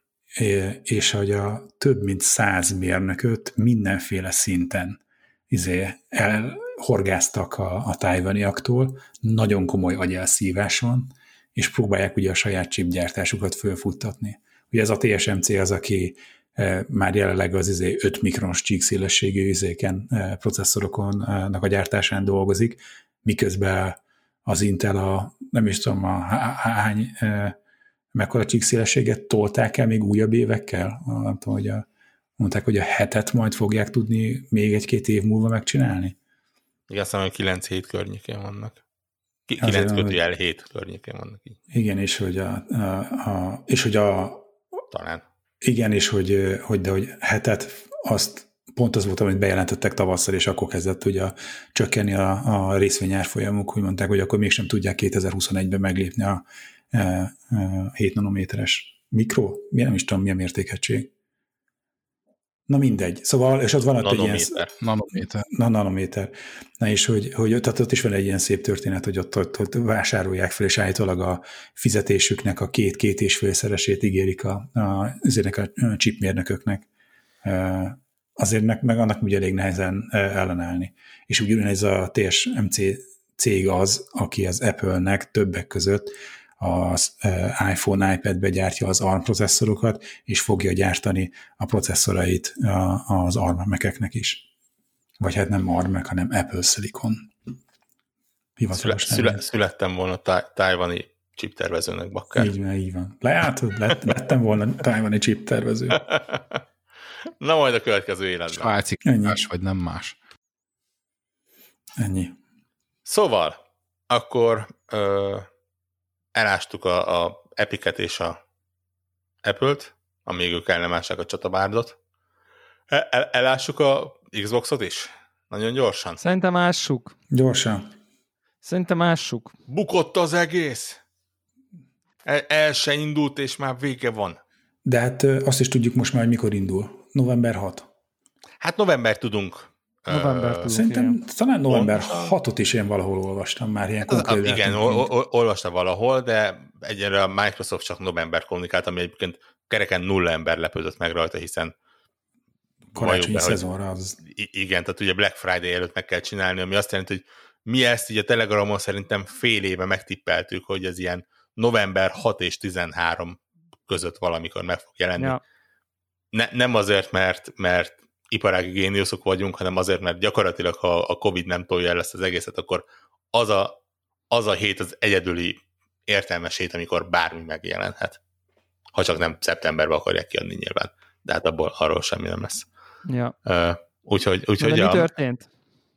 és hogy a több mint száz mérnököt mindenféle szinten izé elhorgáztak a, a tájvaniaktól, nagyon komoly agyelszívás van, és próbálják ugye a saját chipgyártásukat fölfuttatni. Ugye ez a té es em cé az, aki e, már jelenleg az izé öt mikronos csíkszélességű izéken, e, processzoroknak a gyártásán dolgozik, miközben az Intel a, nem is tudom, a hány, e, mekkora csíkszélességet tolták el még újabb évekkel? Nem tudom, hogy a mondták, hogy a hetet majd fogják tudni még egy-két év múlva megcsinálni. Igen, azt mondom, hogy kilenc hét környékén vannak. kilenc kötőjel hét környékén vannak. Így. Igen, és hogy a, a, a, és hogy a talán. Igen, és hogy, hogy, de hogy hetet, azt pont az volt, amit bejelentettek tavasszal, és akkor kezdett ugye csökkenni a, a részvényárfolyamuk, úgy mondták, hogy akkor mégsem tudják kétezer-huszonegyben meglépni a, a, a hét nanométeres mikro, nem is tudom, milyen mértékegység. Na mindegy. Szóval, és ott van ott egy ilyen... Nanométer. Na, nanométer. Na és hogy, hogy tehát ott is van egy ilyen szép történet, hogy ott, ott, ott vásárolják fel, és állítólag a fizetésüknek a két-két és félszeresét ígérik a, a, azért a chipmérnököknek. Azért meg, meg annak úgy elég nehezen ellenállni. És úgy ugyanez a té es em cé cég az, aki az Apple-nek többek között az iPhone, iPad-be gyártja az ARM processzorokat, és fogja gyártani a processzorait az ARM-eknek is. Vagy hát nem ARM, hanem Apple Silicon. Szület, szület, születtem volna tájvani chiptervezőnek, bakker. Így van, így van. Látod, lett, lettem volna tájvani chiptervező. Na majd a következő életben. Svájci más, vagy nem más. Ennyi. Szóval, akkor... Ö, elástuk a, a Epic-et és a Apple-t, amíg ők ellemássák a csatabárdot. El, el, elássuk a Xboxot is? Nagyon gyorsan? Szerintem ássuk. Gyorsan. Szerintem ássuk. Bukott az egész? El, el se indult, és már vége van. De hát azt is tudjuk most már, hogy mikor indul. november hatodika. Hát november tudunk. November tudunk, Szerintem igen. talán november hatodikát is én valahol olvastam már ilyen konkrét. Igen, ol, ol, olvastam valahol, de egyre a Microsoft csak november kommunikált, ami egyébként kereken nulla ember lepődött meg rajta, hiszen karácsonyi be, szezonra az... Igen, tehát ugye Black Friday előtt meg kell csinálni, ami azt jelenti, hogy mi ezt így a Telegramon szerintem fél éve megtippeltük, hogy ez ilyen november hatodika és tizenharmadika között valamikor meg fog jelenni. Ja. Ne, nem azért, mert, mert iparági géniuszok vagyunk, hanem azért, mert gyakorlatilag, ha a Covid nem tolja el ezt az egészet, akkor az a, az a hét az egyedüli értelmes hét, amikor bármi megjelenhet. Ha csak nem szeptemberben akarják kiadni nyilván. De hát abból arról semmi nem lesz. Ja. Uh, úgyhogy, úgyhogy de a... mi történt?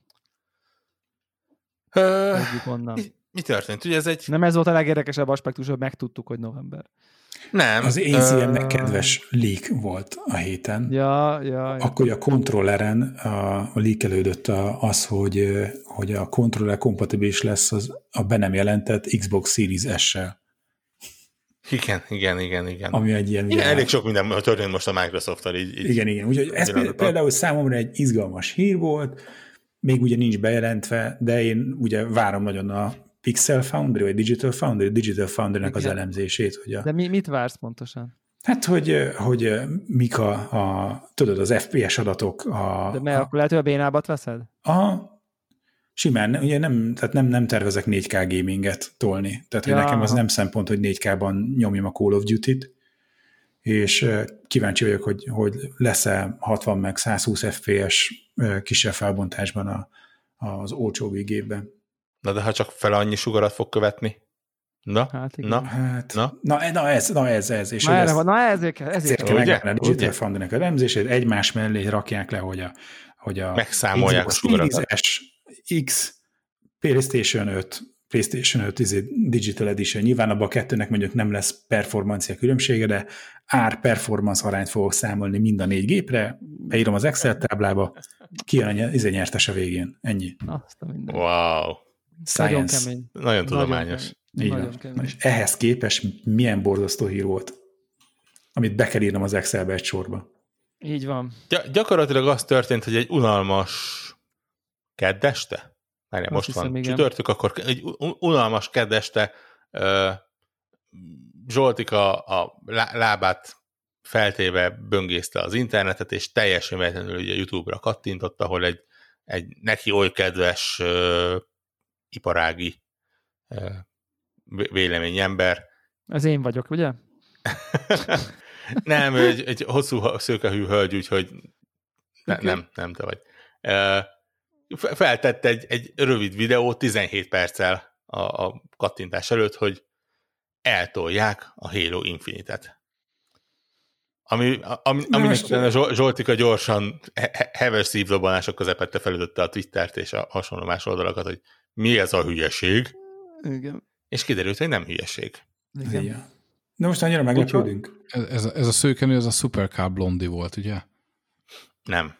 Uh, mi, mi történt? Ugye ez egy... Nem ez volt a legérdekesebb aspektus, hogy megtudtuk, hogy november. Nem. Az á cé em-nek uh... kedves leak volt a héten. Ja, ja, ja. Akkor a kontrolleren a, a leakelődött az, hogy, hogy a kontroller kompatibilis lesz az, a be nem jelentett Xbox Series S-sel. Igen, igen, igen, igen. Ami egy ilyen... Igen, elég sok minden történt most a Microsoft-tal. Így, így igen, igen. Úgyhogy ez például, például számomra egy izgalmas hír volt, még ugye nincs bejelentve, de én ugye várom nagyon a Pixel Foundry, vagy Digital Foundry, Digital Foundry-nek az elemzését. Hogy a, de mi, mit vársz pontosan? Hát, hogy, hogy mik a, a, tudod, az ef pé es adatok. A, de mert a, akkor lehet, hogy a bénábat veszed? A, simán, ugye nem, tehát nem, nem tervezek négy ká gaminget tolni. Tehát, hogy ja. nekem az nem szempont, hogy négy ká-ban nyomjam a Call of Duty-t, és kíváncsi vagyok, hogy, hogy lesz-e hatvan meg száz húsz ef pé es kisebb felbontásban a, az olcsóbbi gépben. Na de ha csak fel annyi sugarat fog követni? Na? Hát igen. Na, hát, na? Na, na ez, na ez, ez. És na, ez, van, na ezért kell. Ezért kell megvenni a Digital Foundry-nek a elemzését, egymás mellé rakják le, hogy a, hogy a megszámolják Xbox a sugaratot. X, PlayStation öt, PlayStation öt Digital Edition. Nyilván abban a kettőnek mondjuk nem lesz performancia különbsége, de ár-performance arányt fogok számolni mind a négy gépre, beírom az Excel táblába, kijön a izé nyertes a végén. Ennyi. Azt a minden. Wow. Science. Nagyon kemény. Nagyon tudományos. Nagyon kemény. És ehhez képest milyen borzasztó hír volt, amit be kell írnom az Excelbe egy sorba. Így van. Gy- gyakorlatilag az történt, hogy egy unalmas keddeste? Már most hiszem, van igen. Csütörtök, akkor egy unalmas keddeste uh, Zsoltika a lábát feltéve böngészte az internetet, és teljesen véletlenül ugye YouTube-ra kattintott, ahol egy, egy neki oly kedves uh, iparági uh, véleményember. Ez én vagyok, ugye? Nem, egy, egy hosszú szőkehű hölgy, úgyhogy ne, okay. nem, nem te vagy. Uh, feltett egy, egy rövid videót tizenhét perccel a, a kattintás előtt, hogy eltolják a Halo Infinite-et. Ami, ami, aminek utána Zsoltika gyorsan he- heves szívdobbanások közepette felütötte a Twittert és a hasonló más oldalakat, hogy mi ez a hülyeség. Igen. És kiderült, hogy nem hülyeség. Igen. Igen. De most annyira meglepődünk. Ez, ez, a, ez a szőkenő, ez a Supercar Blondie volt, ugye? Nem.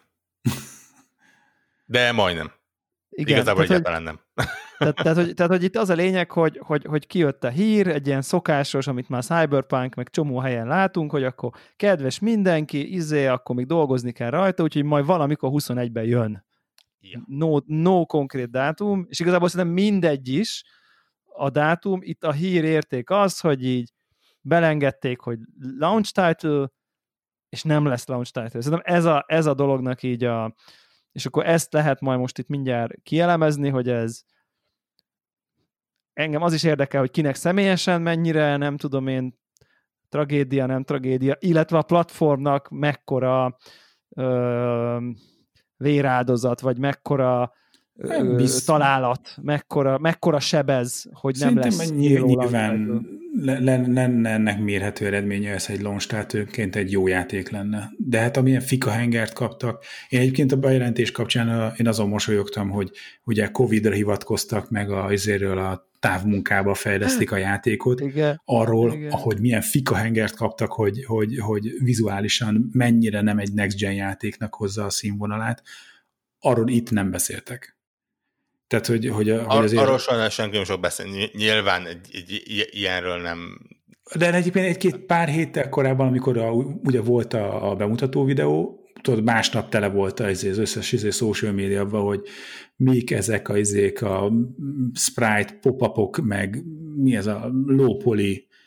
De majdnem. Igen, igazából tehát, egyáltalán nem. Tehát, tehát, hogy, tehát, hogy itt az a lényeg, hogy, hogy, hogy kijött a hír, egy ilyen szokásos, amit már Cyberpunk, meg csomó helyen látunk, hogy akkor kedves mindenki, izé, akkor még dolgozni kell rajta, úgyhogy majd valamikor huszonegyben jön. Ja. No, no konkrét dátum, és igazából szerintem mindegy is a dátum. Itt a hír érték az, hogy így belengedték, hogy launch title, és nem lesz launch title. Szerintem ez a, ez a dolognak így a... És akkor ezt lehet majd most itt mindjárt kielemezni, hogy ez engem az is érdekel, hogy kinek személyesen mennyire, nem tudom én, tragédia, nem tragédia, illetve a platformnak mekkora ö, véráldozat, vagy mekkora ö, találat, mekkora, mekkora sebez, hogy szerintem nem lesz. Nyilván lenne ennek mérhető eredménye, ez egy launch-tátőként egy jó játék lenne. De hát amilyen fika hengert kaptak, én egyébként a bejelentés kapcsán én azon mosolyogtam, hogy ugye Covid-ra hivatkoztak, meg a, azért a távmunkába fejlesztik a játékot, igen, arról, igen. ahogy milyen fika hengert kaptak, hogy, hogy, hogy vizuálisan mennyire nem egy next-gen játéknak hozza a színvonalát, arról itt nem beszéltek. Tehát, hogy, hogy, Ar- hogy azért... Arról sajnos senki nem sok beszél. Nyilván egy, egy, egy ilyenről nem... De egyébként egy-két pár héttel korábban, amikor a, ugye volt a, a bemutató videó, tudod, másnap tele volt az, az összes izé, social médiában, hogy mik ezek a, izék, a sprite pop-upok, meg mi ez a low poly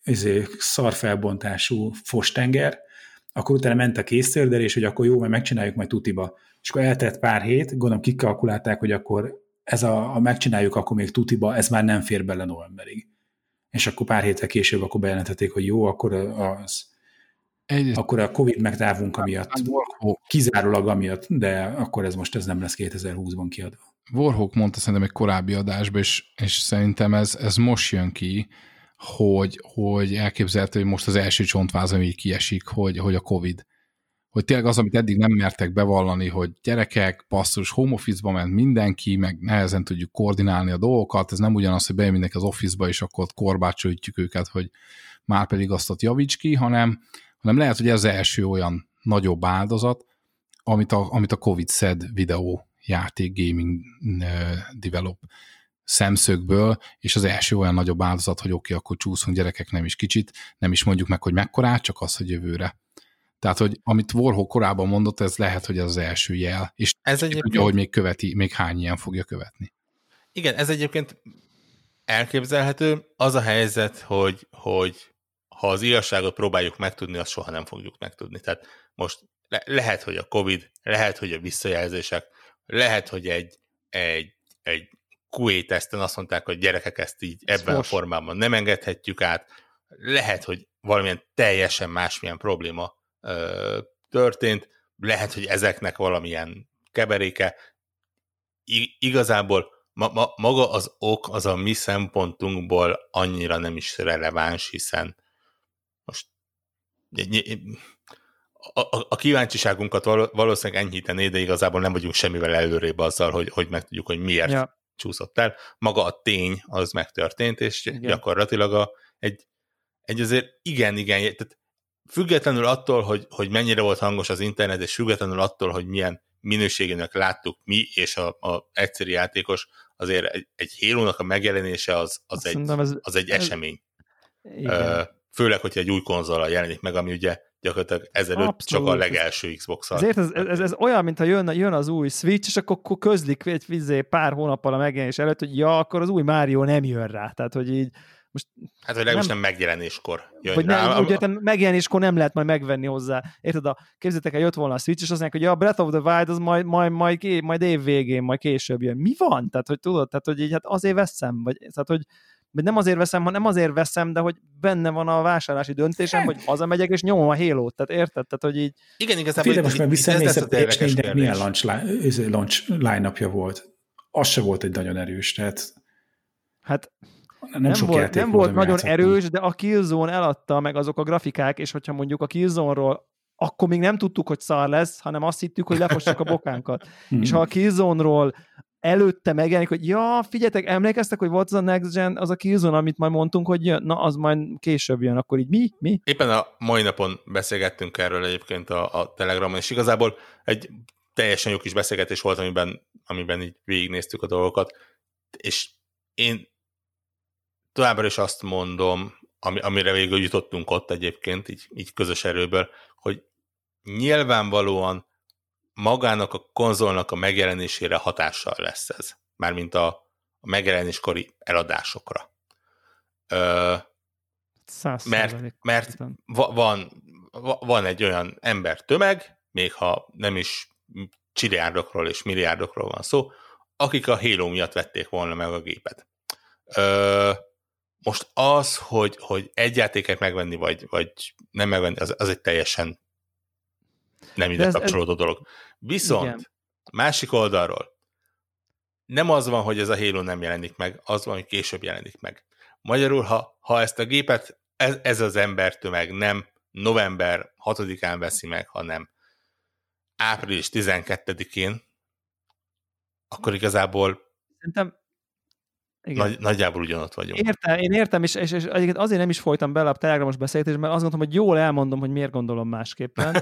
izé, szarfelbontású fostenger, akkor utána ment a késztördelés, hogy akkor jó, majd megcsináljuk majd tutiba. És akkor eltelt pár hét, gondolom kikalkulálták, hogy akkor ez a, a megcsináljuk akkor még tutiba, ez már nem fér bele novemberig. És akkor pár héttel később akkor bejelentették, hogy jó, akkor az Egy... akkor a Covid megtávunk amiatt, kizárólag amiatt, de akkor ez most ez nem lesz kétezer-húszban kiadva. Warhawk mondta szerintem egy korábbi adásban, és, és szerintem ez, ez most jön ki, hogy, hogy elképzelhető, hogy most az első csontváz, ami így kiesik, hogy, hogy a Covid. Hogy tényleg az, amit eddig nem mertek bevallani, hogy gyerekek, passzus, home office-ba ment mindenki, meg nehezen tudjuk koordinálni a dolgokat, ez nem ugyanaz, hogy bejön mindenki az office-ba, és akkor ott korbácsolítjuk őket, hogy már pedig azt ott javíts ki, hanem, hanem lehet, hogy ez az első olyan nagyobb áldozat, amit a, amit a Covid szed videó játék, gaming uh, develop szemszögből, és az első olyan nagyobb áldozat, hogy oké, okay, akkor csúszunk gyerekek, nem is kicsit, nem is mondjuk meg, hogy mekkorát, csak az, hogy jövőre. Tehát, hogy amit Warhawk korábban mondott, ez lehet, hogy az az első jel, és ez egyébként... tudja, hogy még követi, még hány ilyen fogja követni. Igen, ez egyébként elképzelhető. Az a helyzet, hogy, hogy ha az igazságot próbáljuk megtudni, azt soha nem fogjuk megtudni. Tehát most le- lehet, hogy a Covid, lehet, hogy a visszajelzések, lehet, hogy egy, egy, egy kú á-teszten azt mondták, hogy gyerekek, ezt így ebben Szos. a formában nem engedhetjük át. Lehet, hogy valamilyen teljesen másmilyen probléma ö, történt. Lehet, hogy ezeknek valamilyen keveréke. I- igazából ma- ma- maga az ok az a mi szempontunkból annyira nem is releváns, hiszen most a, a, a kíváncsiságunkat valószínűleg enyhítené, de igazából nem vagyunk semmivel előrébb azzal, hogy, hogy megtudjuk, hogy miért ja. csúszott el. Maga a tény az megtörtént, és igen. gyakorlatilag a, egy, egy azért igen-igen, tehát függetlenül attól, hogy, hogy mennyire volt hangos az internet, és függetlenül attól, hogy milyen minőségének láttuk mi, és a, a egyszerű játékos, azért egy, egy Halo-nak a megjelenése az, az, egy, ez, az egy ez, esemény. Uh, főleg, hogyha egy új konzollal jelenik meg, ami ugye gyakorlatilag ezelőtt abszolút. Csak a legelső Xbox-al. Ezért ez, ez, ez olyan, mintha jön, jön az új Switch, és akkor közlik egy vizé pár hónappal a megjelenés előtt, hogy ja, akkor az új Mario nem jön rá. Tehát, hogy így most hát, hogy legalábbis nem, nem megjelenéskor jön hogy rá. Nem, úgy értem, megjelenéskor nem lehet majd megvenni hozzá. Érted, a, képzeljétek el, jött volna a Switch, és azt mondják, hogy ja, a Breath of the Wild az majd, majd, majd, majd év végén, majd később jön. Mi van? Tehát, hogy tudod, tehát, hogy így hát azért veszem, vagy tehát, hogy vagy nem azért veszem, hanem azért veszem, de hogy benne van a vásárlási döntésem, hogy hazamegyek, és nyomom a Halo-t. Tehát érted? Tehát, hogy így... Igen, igazából... Féle, most már visszanéztem, hogy milyen launch, launch line-upja volt. Az se volt egy nagyon erős, tehát... Hát nem, nem sok volt, nem volt nagyon játszottunk. erős, de a Killzone eladta meg azok a grafikák, és hogyha mondjuk a Killzone-ról akkor még nem tudtuk, hogy szar lesz, hanem azt hittük, hogy lefossuk a bokánkat. Hmm. És ha a Killzone-ról előtte megjelenik, hogy ja, figyeljetek, emlékeztek, hogy volt az a Next Gen, az a Killzone, amit majd mondtunk, hogy jön, na, az majd később jön, akkor így mi? Mi? Éppen a mai napon beszélgettünk erről egyébként a, a Telegramon, és igazából egy teljesen jó kis beszélgetés volt, amiben, amiben így végignéztük a dolgokat, és én továbbra is azt mondom, ami, amire végül jutottunk ott egyébként, így, így közös erőből, hogy nyilvánvalóan magának a konzolnak a megjelenésére hatással lesz ez. Mármint a, a megjelenéskori eladásokra. Ö, mert mert va, van, va, van egy olyan ember tömeg, még ha nem is csilliárdokról és milliárdokról van szó, akik a Halo miatt vették volna meg a gépet. Ö, most az, hogy, hogy egy játéket megvenni, vagy, vagy nem megvenni, az, az egy teljesen nem ide kapcsolódó ez... dolog. Viszont igen. Másik oldalról nem az van, hogy ez a Halo nem jelenik meg, az van, hogy később jelenik meg. Magyarul, ha, ha ezt a gépet ez, ez az embertömeg nem november hatodikán veszi meg, hanem április tizenkettedikén, akkor igazából szerintem Nagy, nagyjából ugyanott vagyunk. Értem, én értem, és, és, és azért nem is folytam bele a telegramos beszélgetésbe, mert azt gondoltam, hogy jól elmondom, hogy miért gondolom másképpen.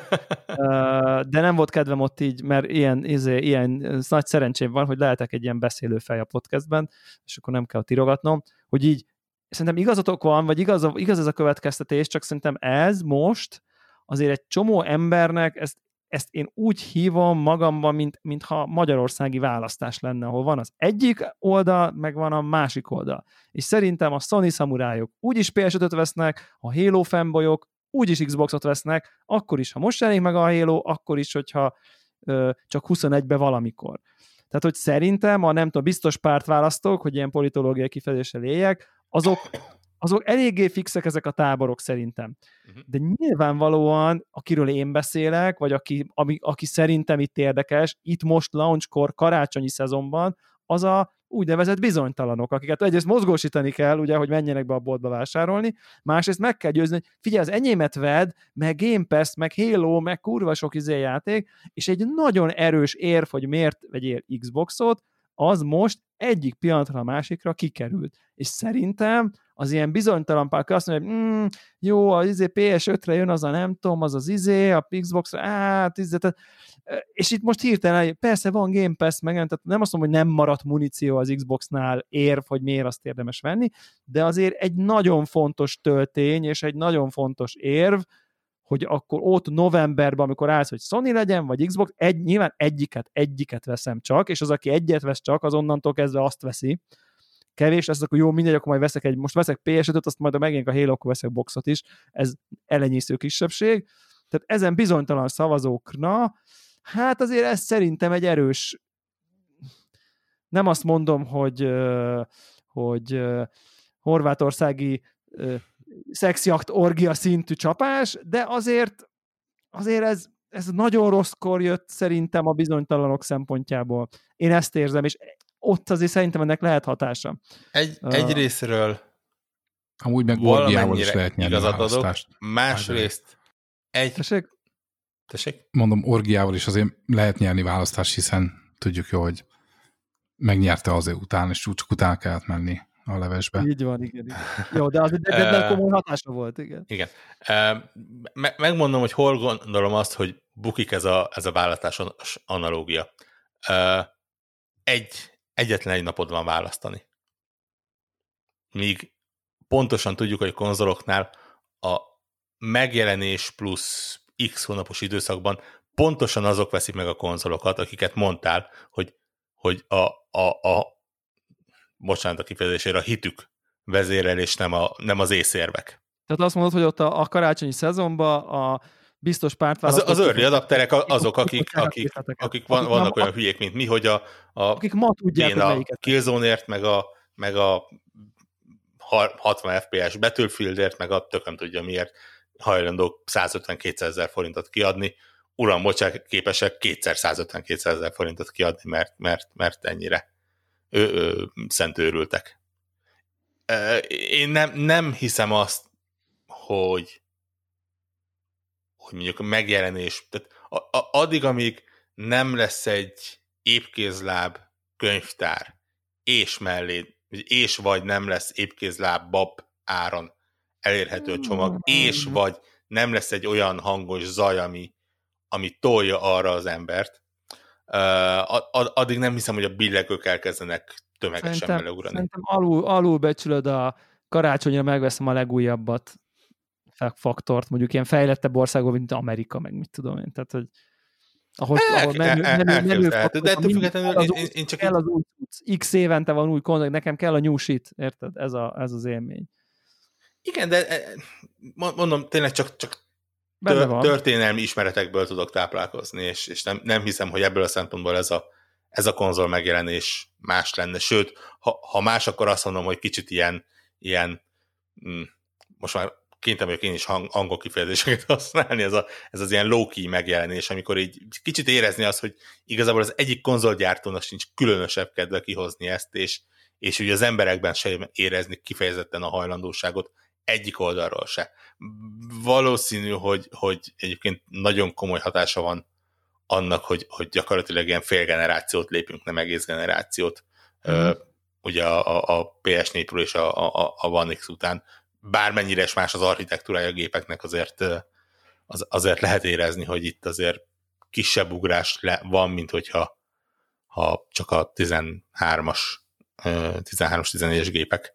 De nem volt kedvem ott így, mert ilyen, izé, ilyen nagy szerencsém van, hogy lehetek egy ilyen beszélő fej a podcastben, és akkor nem kell tirogatnom, hogy így szerintem igazatok van, vagy igaz, igaz ez a következtetés, csak szerintem ez most azért egy csomó embernek, ezt ezt én úgy hívom magamban, mint, mintha magyarországi választás lenne, ahol van az egyik oldal, meg van a másik oldal. És szerintem a Sony szamurájok úgyis pé es ötöt vesznek, a Halo fanboyok úgyis Xboxot vesznek, akkor is, ha most jelenik meg a Halo, akkor is, hogyha ö, csak huszonegybe valamikor. Tehát, hogy szerintem, a nem tudom, biztos pártválasztók, hogy ilyen politológiai kifejezéssel éljek, azok, azok eléggé fixek ezek a táborok szerintem. De nyilvánvalóan, akiről én beszélek, vagy aki, ami, aki szerintem itt érdekes, itt most launchkor, karácsonyi szezonban, az a úgynevezett bizonytalanok, akiket egyrészt mozgósítani kell, ugye, hogy menjenek be a boltba vásárolni, másrészt meg kell győzni, hogy figyelj, az enyémet vedd, meg Game Pass, meg Halo, meg kurva sok izé játék, és egy nagyon erős érv, hogy miért vegyél Xboxot, az most egyik pillanatra a másikra kikerült. És szerintem az ilyen bizonytalan pár, azt mondja, hogy mm, jó, az izé pé es ötre jön, az a nem tudom, az az izé, a Xboxra, hát izé, tehát, és itt most hirtelen, persze van Game Pass, meg tehát nem azt mondom, hogy nem maradt muníció az Xboxnál érv, hogy miért azt érdemes venni, de azért egy nagyon fontos töltény, és egy nagyon fontos érv, hogy akkor ott novemberben, amikor állsz, hogy Sony legyen, vagy Xbox, egy, nyilván egyiket, egyiket veszem csak, és az, aki egyet vesz csak, az onnantól kezdve azt veszi. Kevés lesz, akkor jó, mindegy, akkor majd veszek egy, most veszek pé es ötöt, azt majd a megjelenik a Halo, akkor veszek boxot is. Ez elenyésző kisebbség. Tehát ezen bizonytalan szavazókna, hát azért ez szerintem egy erős, nem azt mondom, hogy, hogy horvátországi szexjakt orgia szintű csapás, de azért, azért ez, ez nagyon rosszkor jött szerintem a bizonytalanok szempontjából. Én ezt érzem, és ott azért szerintem ennek lehet hatása. Egy, uh, egy részről amúgy meg orgiával is lehet nyerni igazat adok, másrészt egy... Tessék? Tessék? Mondom, orgiával is azért lehet nyerni választást, hiszen tudjuk jó, hogy megnyerte azért után, és csak utána kellett menni a levesbe. Így van, igen. igen. Jó, de az de, de, de komoly hatása volt, igen. Igen. Me- megmondom, hogy hol gondolom azt, hogy bukik ez a, ez a választásos analógia. Egy, egyetlen egy napod van választani. Míg pontosan tudjuk, hogy konzoloknál a megjelenés plusz X hónapos időszakban pontosan azok veszik meg a konzolokat, akiket mondtál, hogy, hogy a, a, a bocsánat a kifejezésére, a hitük vezérel, és nem, a, nem az észérvek. Tehát azt mondod, hogy ott a, a karácsonyi szezonban a biztos pártválasztók... Az, az early adapterek azok, akik, akik, akik van, vannak olyan hülyék, mint mi, hogy a, a, akik ma tudják, én a Killzone-ért, meg a, meg a hatvan ef pé es Battlefieldért, meg a tököm tudja miért hajlandók százötven-kétszázezer forintot kiadni. Uram, bocsánat, képesek kétszer százötven-kétszázezer forintot kiadni, mert, mert, mert ennyire ő, ő, szentőrültek. Én nem, nem hiszem azt, hogy hogy mondjuk a megjelenés, tehát addig, amíg nem lesz egy épkézláb könyvtár, és mellé, és vagy nem lesz épkézláb bab áron elérhető csomag, és vagy nem lesz egy olyan hangos zaj, ami, ami tolja arra az embert, addig nem hiszem, hogy a billegők elkezdenek tömegesen szerintem, beleugrani. Szerintem alul, alul becsülöd a karácsonyra, megveszem a legújabbat faktort, mondjuk ilyen fejlettebb országban, mint Amerika, meg mit tudom én. Tehát, hogy ahol, el, ahol menő, el, menő, el, menő el, faktor, de ettől függetlenül én, új, én csak kell az új X évente van új konzol, nekem kell a new shit, érted? Ez, a, ez az élmény. Igen, de mondom, tényleg csak, csak tör, történelmi ismeretekből tudok táplálkozni, és, és nem, nem hiszem, hogy ebből a szempontból ez a, ez a konzol megjelenés más lenne. Sőt, ha, ha más, akkor azt mondom, hogy kicsit ilyen, ilyen mm, most már kénytem vagyok én is hang, angol kifejezéseket használni, ez, a, ez az ilyen low-key megjelenés, amikor így kicsit érezni azt, hogy igazából az egyik konzolgyártónak sincs különösebb kedve kihozni ezt, és, és ugye az emberekben se érezni kifejezetten a hajlandóságot egyik oldalról se. Valószínű, hogy, hogy egyébként nagyon komoly hatása van annak, hogy, hogy gyakorlatilag ilyen fél generációt lépünk, nem egész generációt. Mm. Uh, ugye a, a, a pé es négy Pro és a, a, a One X után bármennyire is más az architektúrája a gépeknek, azért, az, azért lehet érezni, hogy itt azért kisebb ugrás le, van, mint hogyha ha csak a tizenhármas, tizenhármas, tizennégyes gépek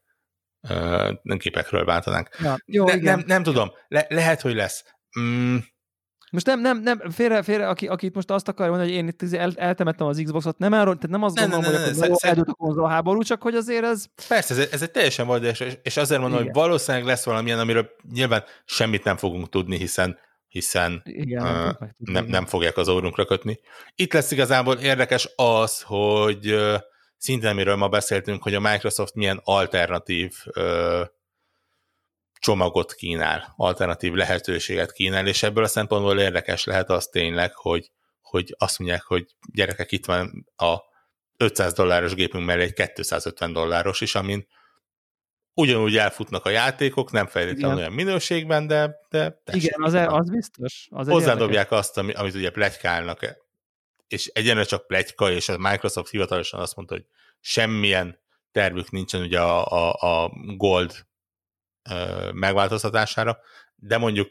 gépekről váltanánk. Ja, jó, ne, nem, nem tudom, Le, lehet, hogy lesz. Mm, Most nem, nem, nem, félre, félre, aki, akit most azt akarja mondani, hogy én itt el, eltemettem az Xboxot, nem arról, tehát nem azt ne, gondolom, ne, ne, hogy ne, akkor ne, eldőlt a konzolháború, csak hogy azért ez... Persze, ez, ez egy teljesen valós, és, és azért mondom, igen. hogy valószínűleg lesz valamilyen, amiről nyilván semmit nem fogunk tudni, hiszen, hiszen igen, uh, nem, tudni, nem, nem fogják az órunkra kötni. Itt lesz igazából érdekes az, hogy uh, szintén amiről ma beszéltünk, hogy a Microsoft milyen alternatív uh, csomagot kínál, alternatív lehetőséget kínál, és ebből a szempontból érdekes lehet az tényleg, hogy, hogy azt mondják, hogy gyerekek, itt van a ötszáz dolláros gépünk mellé egy kétszázötven dolláros is, amin ugyanúgy elfutnak a játékok, nem feltétlenül olyan minőségben, de, de tessék, igen, az, az biztos. Az hozzádobják azt, amit, amit ugye pletykálnak, és egyenre csak pletyka, és a Microsoft hivatalosan azt mondta, hogy semmilyen tervük nincsen ugye a, a, a Gold megváltoztatására, de mondjuk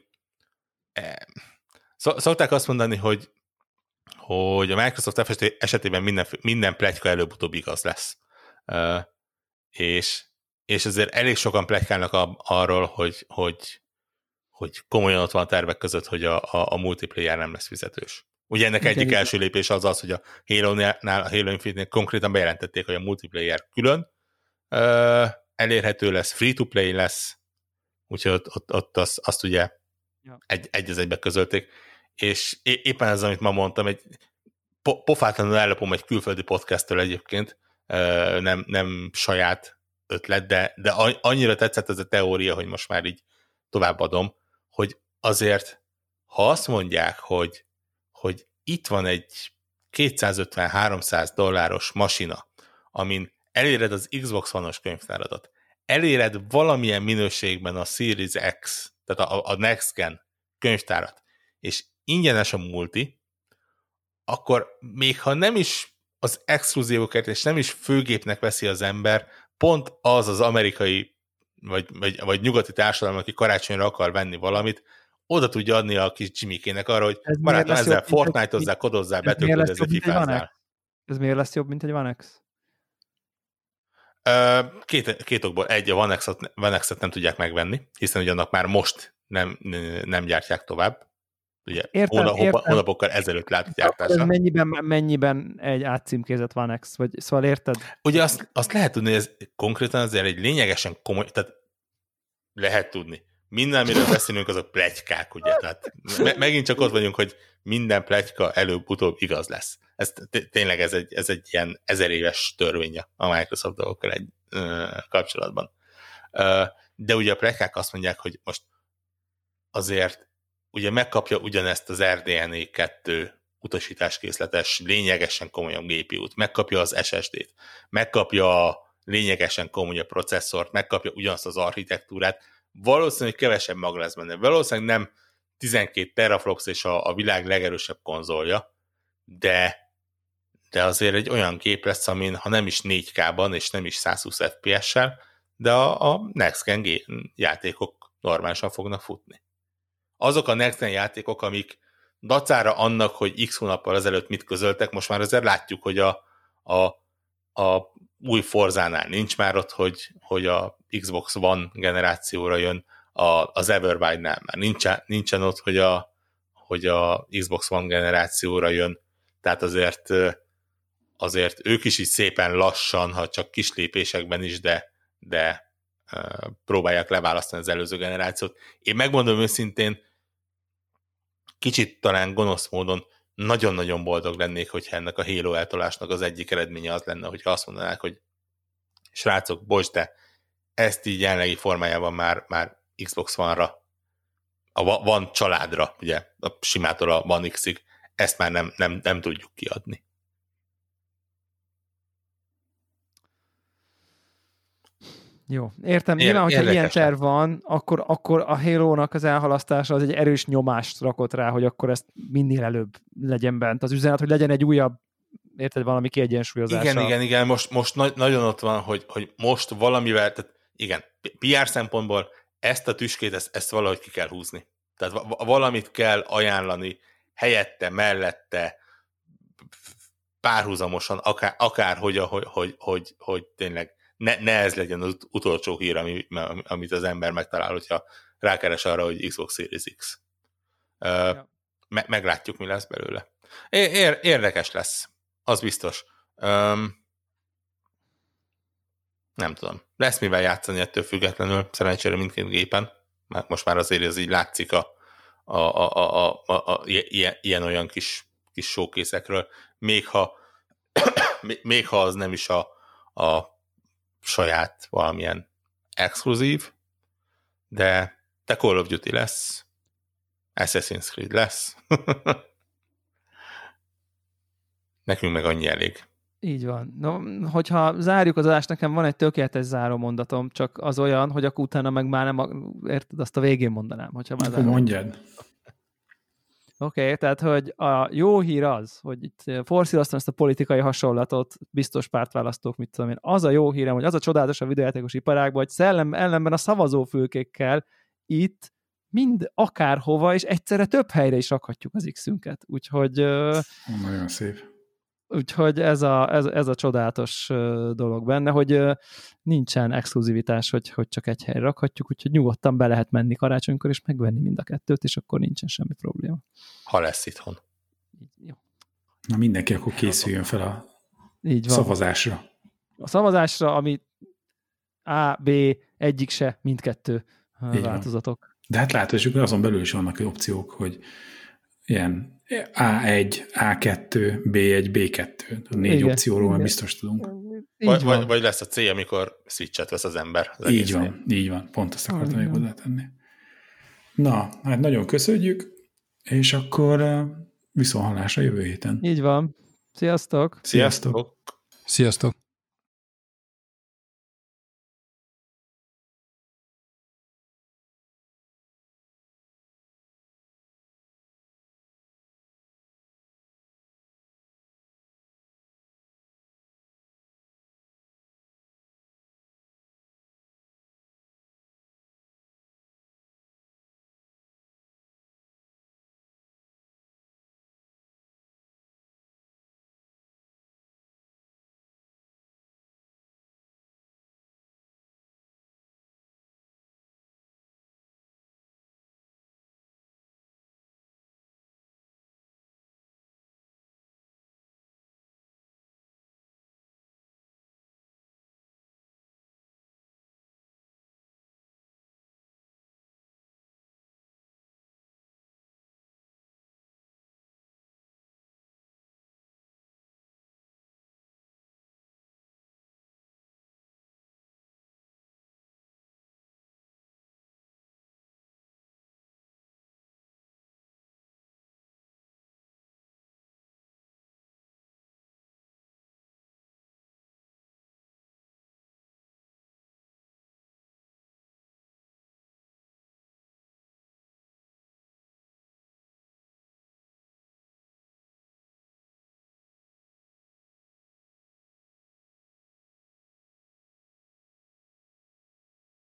szokták azt mondani, hogy, hogy a Microsoft esetében minden, minden pletyka előbb-utóbb igaz lesz. És, és azért elég sokan pletykálnak arról, hogy, hogy, hogy komolyan ott van a tervek között, hogy a, a, a multiplayer nem lesz fizetős. Ugye ennek egyik igen, első lépés az az, hogy a Halo-nál, a Halo Infinite-nél konkrétan bejelentették, hogy a multiplayer külön elérhető lesz, free-to-play lesz, úgyhogy ott, ott, ott azt, azt ugye ja. egy, egy az egybe közölték, és éppen ez, amit ma mondtam, egy po, pofátlanul ellopom egy külföldi podcasttől egyébként, nem, nem saját ötlet, de, de annyira tetszett ez a teória, hogy most már így továbbadom, hogy azért, ha azt mondják, hogy, hogy itt van egy kétszázötven-háromszáz dolláros masina, amin eléred az Xbox One-os könyvtáradat, eléred valamilyen minőségben a Series X, tehát a, a Next Gen könyvtárat, és ingyenes a multi, akkor még ha nem is az exkluzívokat, és nem is főgépnek veszi az ember, pont az az amerikai, vagy, vagy, vagy nyugati társadalom, aki karácsonyra akar venni valamit, oda tudja adni a kis Jimikének arra, hogy ez barátom, ezzel Fortnite-ozzál, kodozzál, betölködözzél, fifázzál. Ez miért lesz jobb, mint egy One X? Két, két okból. Egy, a One X-et, One X-et nem tudják megvenni, hiszen ugyanak már most nem, nem gyártják tovább. Ugye értem, hónap, értem. hónapokkal ezelőtt lát gyártása. Ez mennyiben, mennyiben egy átcímkézett One X? Vagy, szóval érted? Ugye azt, azt lehet tudni, hogy ez konkrétan azért egy lényegesen komoly, tehát lehet tudni. Minden, amiről beszélünk, azok pletykák, ugye? Tehát me- megint csak ott vagyunk, hogy minden pletyka előbb-utóbb igaz lesz. Ez tényleg ez egy, ez egy ilyen ezer éves törvénye a Microsoft dolgokkal egy ö, kapcsolatban. Ö, de ugye a pletykák azt mondják, hogy most azért ugye megkapja ugyanezt az er dé en á kettő utasításkészletes, lényegesen komolyabb gé pé út, megkapja az es es dét, megkapja a lényegesen komolyabb processzort, megkapja ugyanazt az architektúrát, valószínűleg kevesebb mag lesz benne. Valószínűleg nem tizenkét teraflops és a, a világ legerősebb konzolja, de, de azért egy olyan gép lesz, amin ha nem is négy ká-ban és nem is százhúsz ef pé es-sel, de a, a Next Gen játékok normálisan fognak futni. Azok a Next Gen játékok, amik dacára annak, hogy x hónappal ezelőtt mit közöltek, most már azért látjuk, hogy a, a, a új Forzánál nincs már ott, hogy, hogy a Xbox One generációra jön, a, az Everwild-nál már nincsen, nincsen ott, hogy a, hogy a Xbox One generációra jön, tehát azért, azért ők is így szépen lassan, ha csak kis lépésekben is, de, de próbálják leválasztani az előző generációt. Én megmondom őszintén, kicsit talán gonosz módon nagyon-nagyon boldog lennék, hogyha ennek a Halo eltolásnak az egyik eredménye az lenne, hogyha azt mondanák, hogy srácok, bocs, de ezt így jelenlegi formájában már, már Xbox One-ra, a One családra, ugye, a simától a One X-ig, ezt már nem, nem, nem tudjuk kiadni. Jó, értem. Ér- Nyilván, hogyha ilyen terv van, akkor, akkor a Halo-nak az elhalasztása az egy erős nyomást rakott rá, hogy akkor ezt minél előbb legyen bent. Az üzenet, hogy legyen egy újabb, érted, valami kiegyensúlyozása. Igen, igen, igen. Most, most na- nagyon ott van, hogy, hogy most valamivel, tehát igen, pé er szempontból ezt a tüskét, ezt, ezt valahogy ki kell húzni. Tehát valamit kell ajánlani helyette, mellette, párhuzamosan, akár, akár hogy, hogy, hogy, hogy, hogy tényleg ne, ne ez legyen az utolsó hír, ami, amit az ember megtalál, hogyha rákeres arra, hogy Xbox Series X. Ja. me- meglátjuk, mi lesz belőle. É- érdekes lesz, az biztos. Um, nem tudom. Lesz mivel játszani ettől függetlenül, szerencsére mindkét gépen. Már most már azért ez így látszik a, a, a, a, a, a, a ilyen-olyan kis, kis showkészekről. Még ha, még ha az nem is a, a saját valamilyen exkluzív, de te Call of Duty lesz, Assassin's Creed lesz. Nekünk meg annyi elég. Így van. No, hogyha zárjuk az adást, nekem van egy tökéletes záró mondatom, csak az olyan, hogy akkor utána meg már nem, a, érted, azt a végén mondanám. Hogyha már akkor mondjad. Oké, okay, tehát, hogy a jó hír az, hogy itt forszíroztam ezt a politikai hasonlatot, biztos pártválasztók, mit tudom én, az a jó hírem, hogy az a csodálatos a videójátékos iparágban, hogy szellem ellenben a szavazófülkékkel itt mind akárhova, és egyszerre több helyre is rakhatjuk az X-ünket. Úgyhogy... Nagyon szép. Úgyhogy ez a, ez, ez a csodálatos dolog benne, hogy nincsen exkluzivitás, hogy, hogy csak egy helyre rakhatjuk, úgyhogy nyugodtan be lehet menni karácsonykor, és megvenni mind a kettőt, és akkor nincsen semmi probléma. Ha lesz itthon. Jó. Na mindenki akkor készüljön fel a Így van. szavazásra. A szavazásra, ami A, B, egyik se, mindkettő Így változatok. Van. De hát látod, és azon belül is vannak opciók, hogy ilyen á egy, á kettő, bé egy, bé kettő. A négy igen, opcióról igen. biztos tudunk. Vagy, vagy, vagy lesz a C, amikor switchet vesz az ember. Az így van, név. így van. Pont azt akartam még hozzátenni. Na, hát nagyon köszönjük, és akkor viszonthallásra jövő héten. Így van. Sziasztok! Sziasztok! Sziasztok!